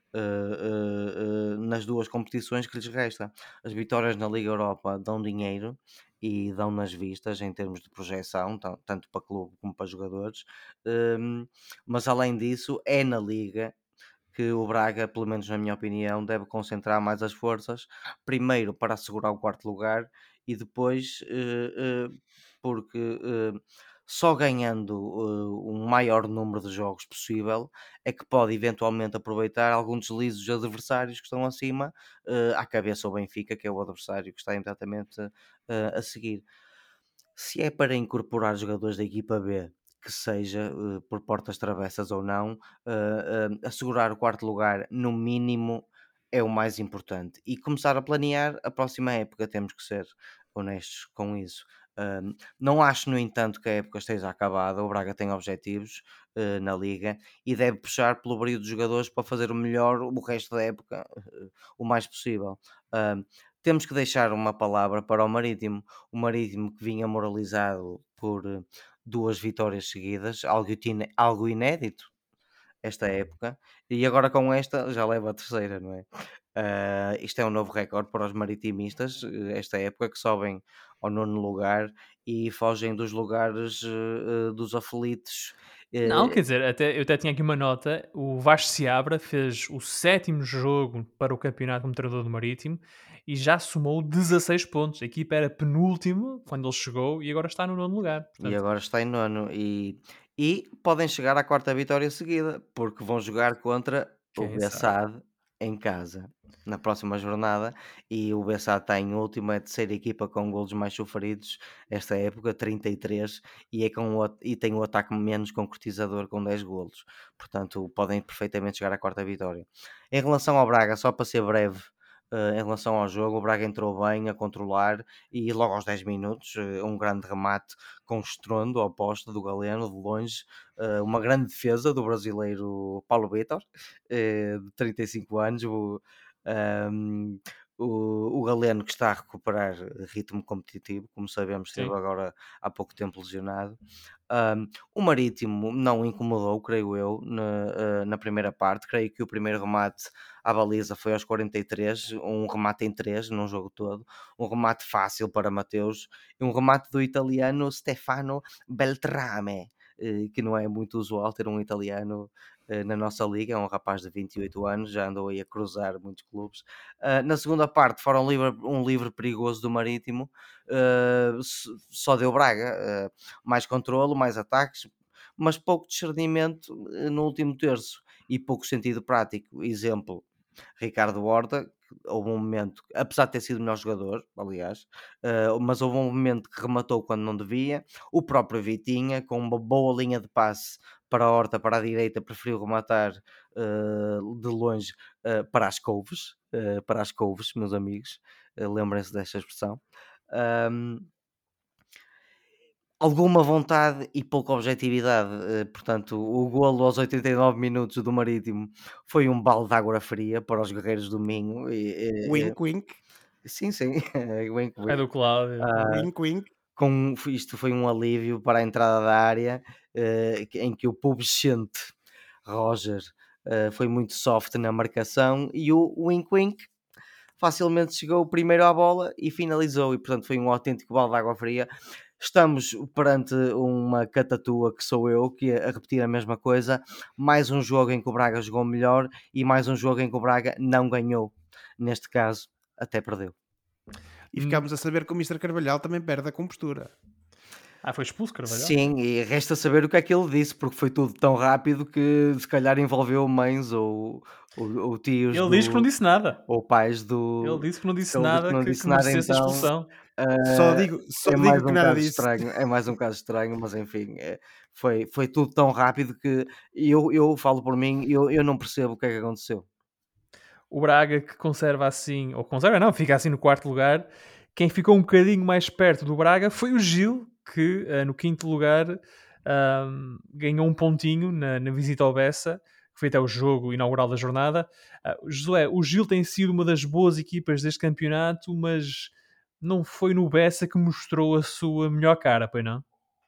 nas duas competições que lhes resta. As vitórias na Liga Europa dão dinheiro e dão nas vistas em termos de projeção, tanto para clube como para jogadores, mas além disso, é na Liga que o Braga, pelo menos na minha opinião, deve concentrar mais as forças, primeiro para assegurar o quarto lugar e depois porque só ganhando um maior número de jogos possível é que pode eventualmente aproveitar alguns deslizes dos adversários que estão acima, à cabeça o Benfica, que é o adversário que está imediatamente a seguir. Se é para incorporar jogadores da equipa B, que seja por portas travessas ou não, assegurar o quarto lugar no mínimo é o mais importante. E começar a planear a próxima época, temos que ser honestos com isso. Não acho, no entanto, que a época esteja acabada. O Braga tem objetivos na Liga e deve puxar pelo brilho dos jogadores para fazer o melhor o resto da época, o mais possível. Uh, Temos que deixar uma palavra para o Marítimo que vinha moralizado por duas vitórias seguidas, algo inédito esta época, e agora com esta já leva a terceira, não é? Isto é um novo recorde para os maritimistas, esta época, que sobem ao nono lugar e fogem dos lugares dos aflitos. Não, eh, quer dizer, eu até tinha aqui uma nota. O Vasco Seabra fez o sétimo jogo para o campeonato como treinador do Marítimo e já somou 16 pontos. A equipa era penúltimo quando ele chegou e agora está no nono lugar. e Portanto, agora está em nono. E podem chegar à quarta vitória seguida, porque vão jogar contra o quem sabe? Bessade em casa na próxima jornada e o Bessá está em último, é a terceira equipa com golos mais sofridos esta época, 33, e, e tem o ataque menos concretizador com 10 golos. Portanto, podem perfeitamente chegar à quarta vitória. Em relação ao Braga, só para ser breve, em relação ao jogo, o Braga entrou bem a controlar e logo aos 10 minutos, um grande remate com estrondo ao poste do Galeno, de longe, uma grande defesa do brasileiro Paulo Vitor, de 35 anos, um, o Galeno que está a recuperar ritmo competitivo, como sabemos, esteve Sim. agora há pouco tempo lesionado. O Marítimo não incomodou, creio eu, na primeira parte. Creio que o primeiro remate à baliza foi aos 43, um remate em 3 num jogo todo, um remate fácil para Mateus e um remate do italiano Stefano Beltrame, que não é muito usual ter um italiano na nossa liga, é um rapaz de 28 anos, já andou aí a cruzar muitos clubes. Na segunda parte foram um livre perigoso do Marítimo, só deu Braga, mais controlo, mais ataques, mas pouco discernimento no último terço e pouco sentido prático. Exemplo, Ricardo Horta, houve um momento, apesar de ter sido o melhor jogador, aliás, mas houve um momento que rematou quando não devia. O próprio Vitinha, com uma boa linha de passe para a Horta, para a direita, preferiu rematar de longe para as couves, meus amigos, lembrem-se desta expressão. Alguma vontade e pouca objetividade, portanto, o golo aos 89 minutos do Marítimo foi um balde de água fria para os guerreiros do Minho Wink, wink, sim, sim, wink, É wink. do Cláudio. Ah, wink, wink. isto foi um alívio para a entrada da área, em que o pubescente Roger foi muito soft na marcação e o wink, wink facilmente chegou primeiro à bola e finalizou, e portanto foi um autêntico balde de água fria. Estamos perante uma catatua que sou eu, que a repetir a mesma coisa, mais um jogo em que o Braga jogou melhor e mais um jogo em que o Braga não ganhou, neste caso até perdeu. E ficámos a saber que o Mr. Carvalhal também perde a compostura. Foi expulso, Carvalhal? Sim, e resta saber o que é que ele disse, porque foi tudo tão rápido que se calhar envolveu mães ou tios Ele diz que não disse nada. ou pais Ele do. disse que não Se disse ele diz que nada não que disse nada, merecesse a então expulsão. Só é digo mais que um nada caso disso. estranho, é mais um caso estranho, mas enfim, foi tudo tão rápido que eu falo por mim, eu não percebo o que é que aconteceu. O Braga que conserva assim, ou conserva não, fica assim no quarto lugar. Quem ficou um bocadinho mais perto do Braga foi o Gil, que no quinto lugar ganhou um pontinho na visita ao Bessa, que foi até o jogo inaugural da jornada. Josué, o Gil tem sido uma das boas equipas deste campeonato, mas não foi no Bessa que mostrou a sua melhor cara, pois não?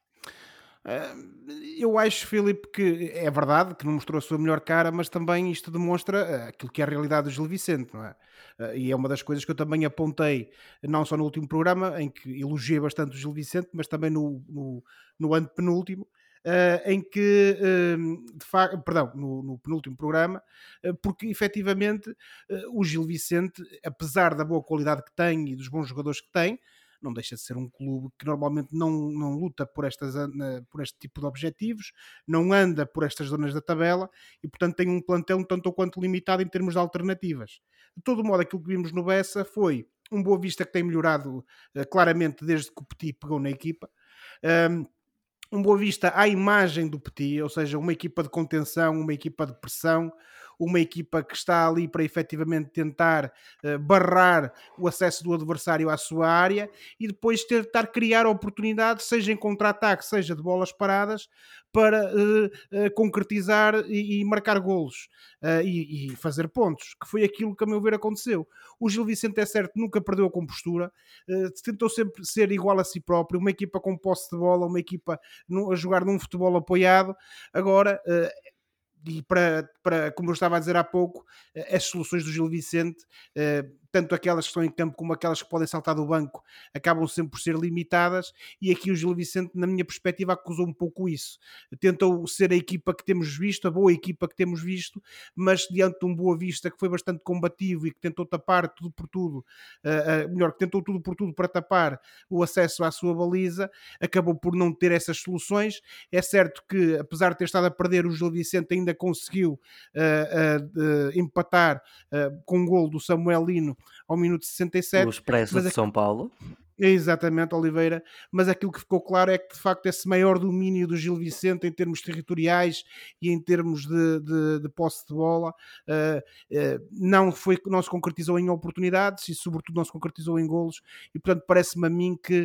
Eu acho, Filipe, que é verdade que não mostrou a sua melhor cara, mas também isto demonstra aquilo que é a realidade do Gil Vicente, não é? E é uma das coisas que eu também apontei, não só no último programa, em que elogiei bastante o Gil Vicente, mas também no ano penúltimo, em que, perdão, no penúltimo programa, porque efetivamente o Gil Vicente, apesar da boa qualidade que tem e dos bons jogadores que tem, não deixa de ser um clube que normalmente não luta por este tipo de objetivos, não anda por estas zonas da tabela e, portanto, tem um plantel um tanto ou quanto limitado em termos de alternativas. De todo modo, aquilo que vimos no Bessa foi um Boa Vista que tem melhorado claramente desde que o Petit pegou na equipa. Um Boa Vista à imagem do Petit, ou seja, uma equipa de contenção, uma equipa de pressão, uma equipa que está ali para efetivamente tentar barrar o acesso do adversário à sua área e depois tentar criar oportunidade, seja em contra-ataque, seja de bolas paradas, para concretizar e marcar golos e fazer pontos, que foi aquilo que a meu ver aconteceu. O Gil Vicente, é certo, nunca perdeu a compostura, tentou sempre ser igual a si próprio, uma equipa com posse de bola, uma equipa a jogar num futebol apoiado. Agora, e para como eu estava a dizer há pouco, as soluções do Gil Vicente tanto aquelas que estão em campo como aquelas que podem saltar do banco, acabam sempre por ser limitadas, e aqui o Gil Vicente, na minha perspectiva, acusou um pouco isso. Tentou ser a equipa que temos visto, a boa equipa que temos visto, mas diante de um Boa Vista que foi bastante combativo e que tentou tapar tudo por tudo, melhor, que tentou tudo por tudo para tapar o acesso à sua baliza, acabou por não ter essas soluções. É certo que, apesar de ter estado a perder, o Gil Vicente ainda conseguiu empatar com um gol do Samuel Lino ao minuto O 67, Expresso mas de São Paulo. exatamente, Oliveira, mas aquilo que ficou claro é que de facto esse maior domínio do Gil Vicente em termos territoriais e em termos de posse de bola não se concretizou em oportunidades e sobretudo não se concretizou em golos, e portanto parece-me a mim que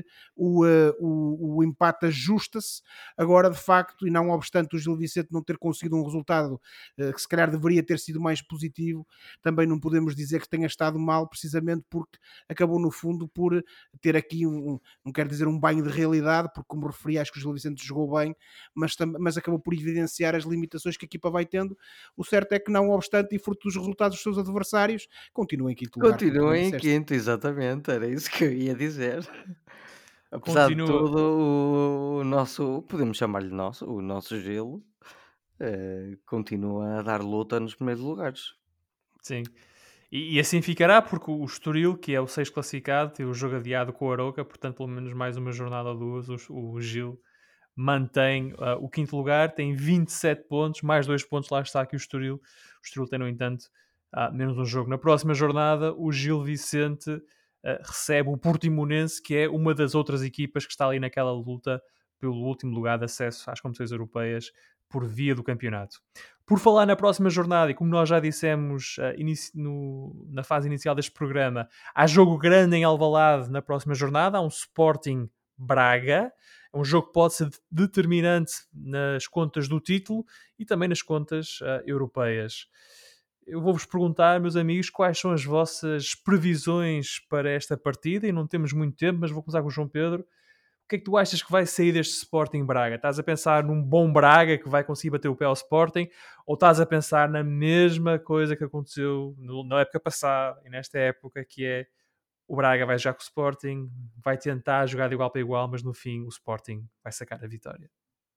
o empate ajusta-se agora de facto, e não obstante o Gil Vicente não ter conseguido um resultado que se calhar deveria ter sido mais positivo, também não podemos dizer que tenha estado mal, precisamente porque acabou no fundo por ter aqui não quero dizer um banho de realidade, porque como referi, acho que o Gil Vicente jogou bem, mas acabou por evidenciar as limitações que a equipa vai tendo. O certo é que, não obstante, e fruto dos resultados dos seus adversários, continua em quinto lugar, como tu Continua bem em disseste. quinto, exatamente, era isso que eu ia dizer. Apesar de Continua. tudo, o nosso, podemos chamar-lhe nosso, o nosso Gelo, continua a dar luta nos primeiros lugares. Sim. E assim ficará, porque o Estoril, que é o 6 classificado, tem o jogo adiado com o Arouca, portanto, pelo menos mais uma jornada ou duas, o Gil mantém o quinto lugar, tem 27 pontos, mais 2 pontos, lá está aqui o Estoril. O Estoril tem, no entanto, menos um jogo. Na próxima jornada, o Gil Vicente recebe o Portimonense, que é uma das outras equipas que está ali naquela luta pelo último lugar de acesso às competições europeias por via do campeonato. Por falar na próxima jornada, e como nós já dissemos na fase inicial deste programa, há jogo grande em Alvalade na próxima jornada, há um Sporting Braga, é um jogo que pode ser determinante nas contas do título e também nas contas europeias. Eu vou-vos perguntar, meus amigos, quais são as vossas previsões para esta partida, e não temos muito tempo, mas vou começar com o João Pedro. O que é que tu achas que vai sair deste Sporting Braga? Estás a pensar num bom Braga que vai conseguir bater o pé ao Sporting, ou estás a pensar na mesma coisa que aconteceu na época passada e nesta época, que é o Braga vai jogar com o Sporting, vai tentar jogar de igual para igual, mas no fim o Sporting vai sacar a vitória?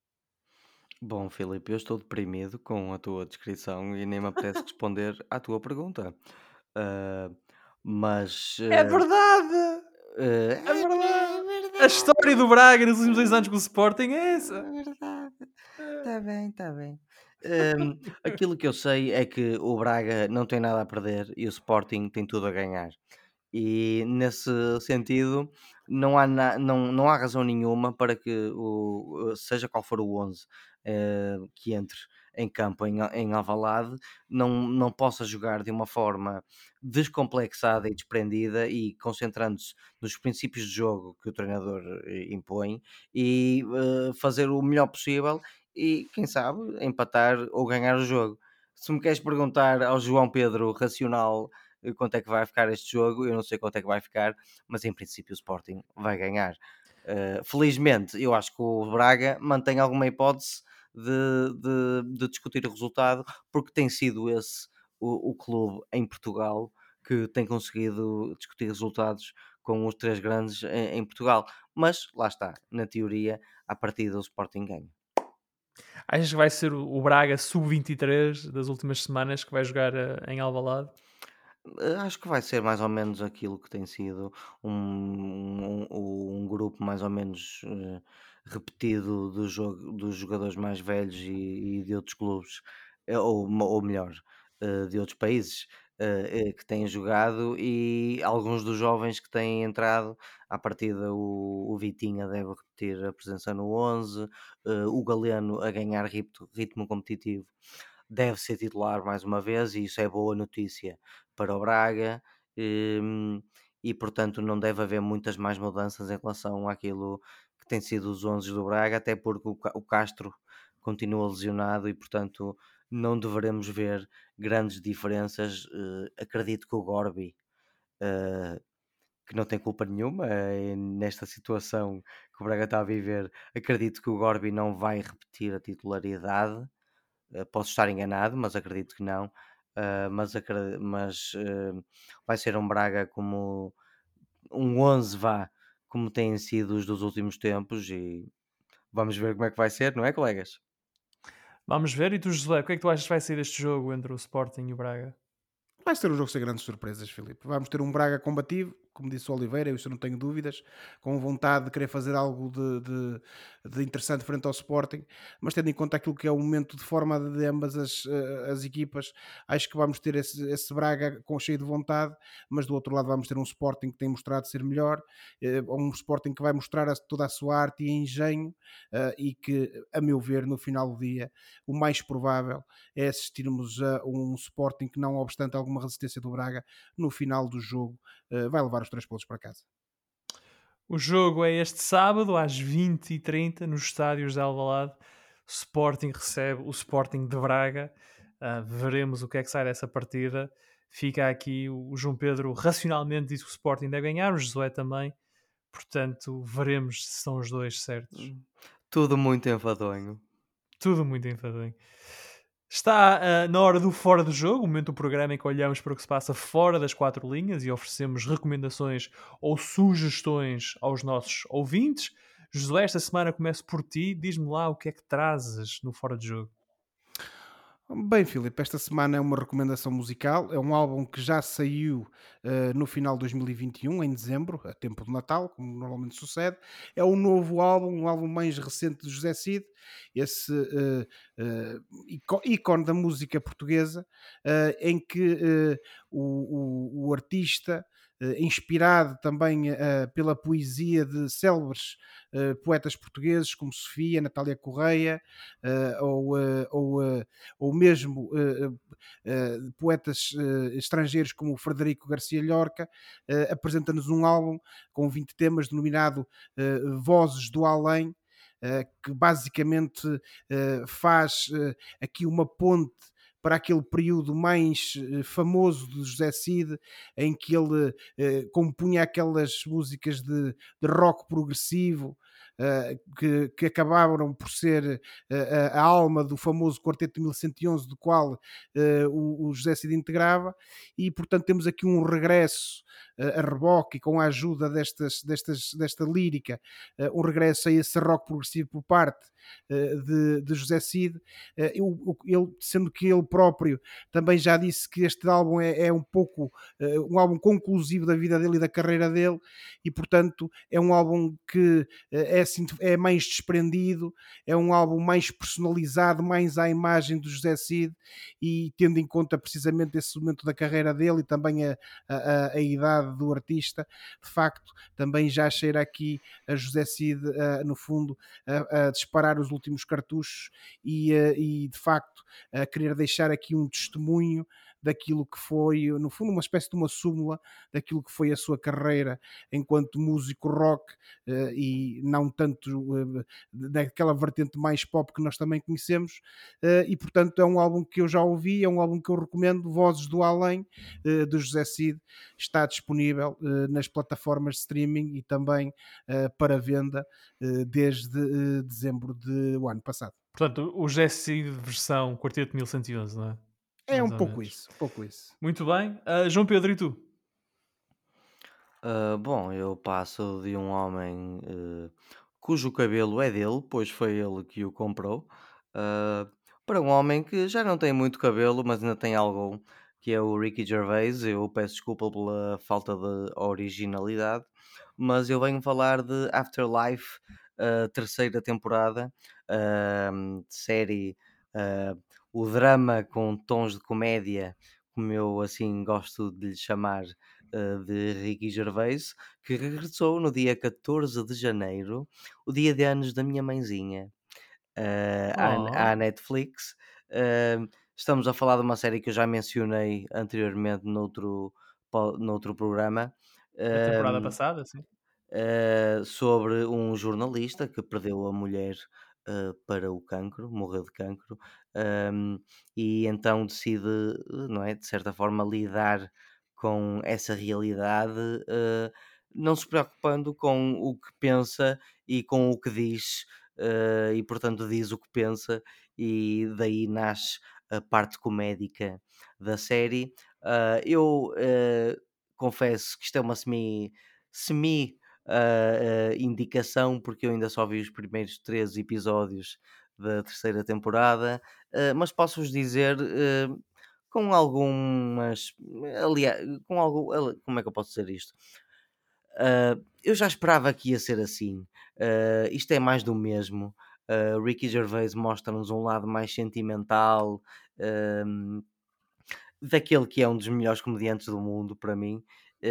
Bom, Filipe, eu estou deprimido com a tua descrição e nem me apetece responder à tua pergunta. Ah, mas É verdade! É é verdade! A história verdade, do Braga nos últimos 2 anos com o Sporting é essa. é verdade. Está bem, está bem. Aquilo que eu sei é que o Braga não tem nada a perder e o Sporting tem tudo a ganhar. E nesse sentido, não há razão nenhuma para que seja qual for o 11 que entre em campo em Alvalade, não possa jogar de uma forma descomplexada e desprendida e concentrando-se nos princípios de jogo que o treinador impõe e fazer o melhor possível e, quem sabe, empatar ou ganhar o jogo. Se me queres perguntar ao João Pedro racional quanto é que vai ficar este jogo, eu não sei quanto é que vai ficar, mas em princípio o Sporting vai ganhar. Felizmente, eu acho que o Braga mantém alguma hipótese de discutir o resultado, porque tem sido esse o clube em Portugal que tem conseguido discutir resultados com os três grandes em Portugal. Mas lá está, na teoria, à partida o Sporting ganha. Achas que vai ser o Braga sub-23 das últimas semanas que vai jogar em Alvalade? Acho que vai ser mais ou menos aquilo que tem sido um grupo mais ou menos repetido dos jogadores mais velhos e de outros clubes, ou melhor, de outros países que têm jogado, e alguns dos jovens que têm entrado. À partida, o Vitinha deve repetir a presença no 11, o Galeno a ganhar ritmo competitivo deve ser titular mais uma vez, e isso é boa notícia para o Braga. hum, e portanto não deve haver muitas mais mudanças em relação àquilo que tem sido os 11 do Braga, até porque o Castro continua lesionado e portanto não deveremos ver grandes diferenças. Acredito que o Gorbi, eh, que não tem culpa nenhuma nesta situação que o Braga está a viver, acredito que o Gorbi não vai repetir a titularidade. Posso estar enganado, mas acredito que não. mas vai ser um Braga como um 11 vá, como têm sido os dos últimos tempos e vamos ver como é que vai ser, não é, colegas? Vamos ver. E tu, José, o que é que tu achas que vai sair deste jogo entre o Sporting e o Braga? Vai ser um jogo sem grandes surpresas, Filipe. Vamos ter um Braga combativo, como disse o Oliveira, isso eu não tenho dúvidas, com vontade de querer fazer algo de interessante frente ao Sporting, mas tendo em conta aquilo que é o momento de forma de ambas as equipas, acho que vamos ter esse Braga cheio de vontade, mas do outro lado vamos ter um Sporting que tem mostrado ser melhor, um Sporting que vai mostrar toda a sua arte e engenho, e que, a meu ver, no final do dia, o mais provável é assistirmos a um Sporting que, não obstante alguma resistência do Braga, no final do jogo vai levar os 3 pontos para casa. O jogo é este sábado, às 20h30, nos estádios de Alvalade. Sporting recebe o Sporting de Braga. Veremos o que é que sai dessa partida. Fica aqui o João Pedro racionalmente diz que o Sporting deve ganhar, o Josué também. Portanto, veremos se são os dois certos. Hum, Tudo muito enfadonho. Tudo muito enfadonho. Está na hora do Fora do Jogo, o momento do programa em que olhamos para o que se passa fora das quatro linhas e oferecemos recomendações ou sugestões aos nossos ouvintes. Josué, esta semana começo por ti. Diz-me lá o que é que trazes no Fora do Jogo. Bem, Filipe, esta semana é uma recomendação musical. É um álbum que já saiu no final de 2021, em dezembro, a tempo do Natal, como normalmente sucede. É um novo álbum, um álbum mais recente de José Cid, esse ícone da música portuguesa, em que o artista, inspirado também pela poesia de célebres poetas portugueses como Sofia, Natália Correia, ou mesmo poetas estrangeiros como o Frederico Garcia Lorca, apresenta-nos um álbum com 20 temas denominado Vozes do Além, que basicamente faz aqui uma ponte para aquele período mais famoso de José Cid, em que ele compunha aquelas músicas de rock progressivo, que acabaram por ser a alma do famoso Quarteto de 1111, do qual o José Cid integrava, e portanto temos aqui um regresso a reboque e com a ajuda desta lírica, um regresso a esse rock progressivo por parte de José Cid, sendo que ele próprio também já disse que este álbum é um pouco um álbum conclusivo da vida dele e da carreira dele, e portanto é um álbum que é mais desprendido, é um álbum mais personalizado, mais à imagem do José Cid, e tendo em conta precisamente esse momento da carreira dele e também a idade do artista, de facto também já cheira aqui a José Cid, no fundo, a disparar os últimos cartuchos e de facto a querer deixar aqui um testemunho daquilo que foi, no fundo, uma espécie de uma súmula daquilo que foi a sua carreira enquanto músico rock, e não tanto daquela vertente mais pop que nós também conhecemos, e portanto é um álbum que eu já ouvi, é um álbum que eu recomendo. Vozes do Além, de José Cid, está disponível nas plataformas de streaming e também para venda desde dezembro do ano passado. Portanto, o Jesse versão Quarteto 1111, não é? É Mais um ou pouco menos. isso, um pouco isso. Muito bem. João Pedro, e tu? Bom, eu passo de um homem cujo cabelo é dele, pois foi ele que o comprou, ah, para um homem que já não tem muito cabelo, mas ainda tem algum, que é o Ricky Gervais. Eu peço desculpa pela falta de originalidade, mas eu venho falar de Afterlife, a terceira temporada, série, ah, o drama com tons de comédia, como eu assim gosto de lhe chamar, de Ricky Gervais, que regressou no dia 14 de janeiro, o dia de anos da minha mãezinha, à Oh, Netflix. Estamos a falar de uma série que eu já mencionei anteriormente noutro programa, da temporada hum, passada, sim. sobre um jornalista que perdeu a mulher para o cancro, morreu de cancro, hum, e então decide, não é, de certa forma, lidar com essa realidade, não se preocupando com o que pensa e com o que diz, e portanto diz o que pensa, e daí nasce a parte comédica da série. Eu confesso que isto é uma semi indicação, porque eu ainda só vi os primeiros 3 episódios da terceira temporada, mas posso-vos dizer com algumas. Aliás, como é que eu posso dizer isto? Eu já esperava que ia ser assim. Isto é mais do mesmo. Ricky Gervais mostra-nos um lado mais sentimental, um, daquele que é um dos melhores comediantes do mundo para mim.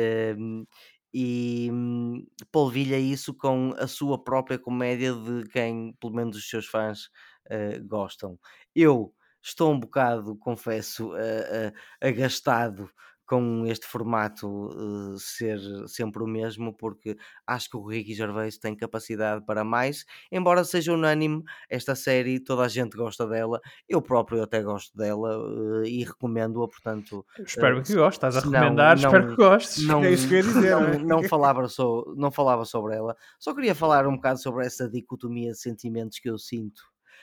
E polvilha isso com a sua própria comédia, de quem pelo menos os seus fãs gostam. Eu estou um bocado, confesso, agastado com este formato ser sempre o mesmo, porque acho que o Ricky Gervais tem capacidade para mais, embora seja unânime esta série, toda a gente gosta dela, eu próprio até gosto dela e recomendo-a, portanto, Eu espero que gostes. Estás a se não, recomendar, espero que gostes. não, É isso que eu ia dizer, não é? não falava sobre ela. Só queria falar um bocado sobre essa dicotomia de sentimentos que eu sinto.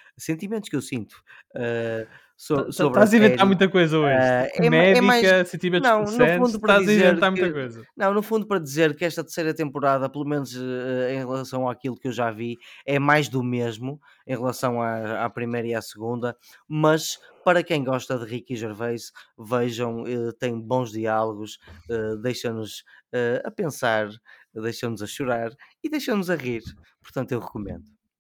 Sobre a Estás a inventar série. muita coisa hoje. É mais. Comédica, sentimentos Não, no pulsantes. fundo para Estás a dizer inventar muita que. coisa. Não, no fundo para dizer que esta terceira temporada, pelo menos em relação àquilo que eu já vi, é mais do mesmo em relação à primeira e à segunda, mas para quem gosta de Ricky Gervais, vejam, tem bons diálogos, deixa-nos a pensar, deixa-nos a chorar e deixa-nos a rir, portanto eu recomendo.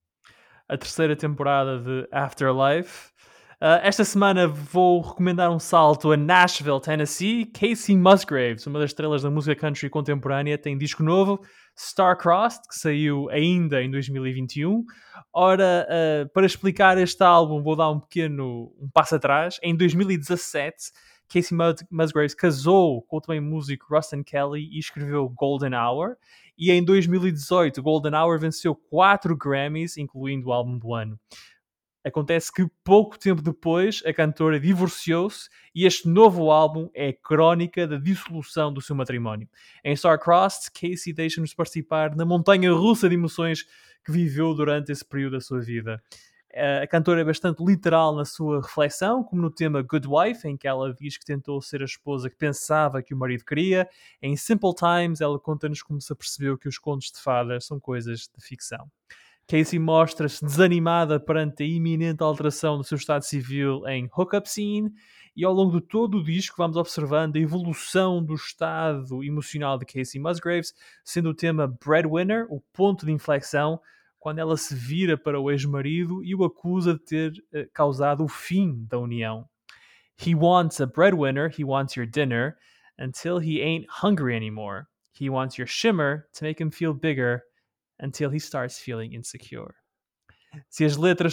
A terceira temporada de Afterlife. Esta semana vou recomendar um salto a Nashville, Tennessee. Casey Musgraves, uma das estrelas da música country contemporânea, tem disco novo, Star-Crossed, que saiu ainda em 2021. Ora, para explicar este álbum, vou dar um passo atrás. Em 2017, Casey Musgraves casou com o também músico Rustin Kelly e escreveu Golden Hour. E em 2018, Golden Hour venceu 4 Grammys, incluindo o álbum do ano. Acontece que pouco tempo depois a cantora divorciou-se e este novo álbum é crónica da dissolução do seu matrimónio. Em Star-Crossed, Casey deixa-nos participar na montanha russa de emoções que viveu durante esse período da sua vida. A cantora é bastante literal na sua reflexão, como no tema Good Wife, em que ela diz que tentou ser a esposa que pensava que o marido queria. Em Simple Times, ela conta-nos como se apercebeu que os contos de fadas são coisas de ficção. Casey mostra-se desanimada perante a iminente alteração do seu estado civil em Hookup Scene, e ao longo de todo o disco vamos observando a evolução do estado emocional de Casey Musgraves, sendo o tema Breadwinner o ponto de inflexão, quando ela se vira para o ex-marido e o acusa de ter causado o fim da união. He wants a breadwinner, he wants your dinner, until he ain't hungry anymore. He wants your shimmer to make him feel bigger, until he starts feeling insecure. Se as letras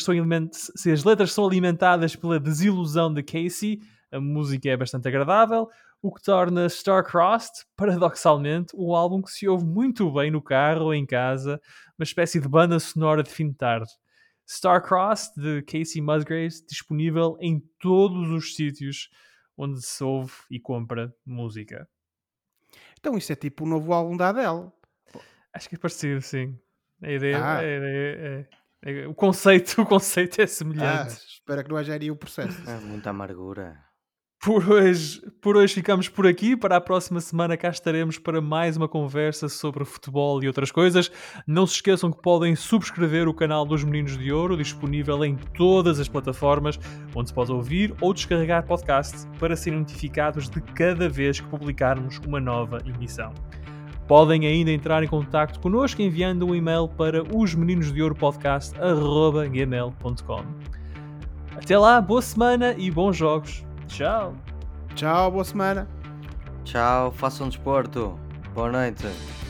são alimentadas pela desilusão de Casey, a música é bastante agradável, o que torna Star-Crossed, paradoxalmente, um álbum que se ouve muito bem no carro ou em casa, uma espécie de banda sonora de fim de tarde. Star-Crossed, de Casey Musgraves, disponível em todos os sítios onde se ouve e compra música. Então isso é tipo o novo álbum da Adele. Acho que é parecido, sim. A ideia o conceito é semelhante. Espero que não haja aí o processo. Muita amargura. Por hoje ficamos por aqui. Para a próxima semana cá estaremos para mais uma conversa sobre futebol e outras coisas. Não se esqueçam que podem subscrever o canal dos Meninos de Ouro, disponível em todas as plataformas onde se pode ouvir ou descarregar podcast, para serem notificados de cada vez que publicarmos uma nova emissão. Podem ainda entrar em contacto connosco enviando um e-mail para osmeninosdeouropodcast@gmail.com. Até lá, boa semana e bons jogos. Tchau. Tchau, boa semana. Tchau, façam desporto. Boa noite.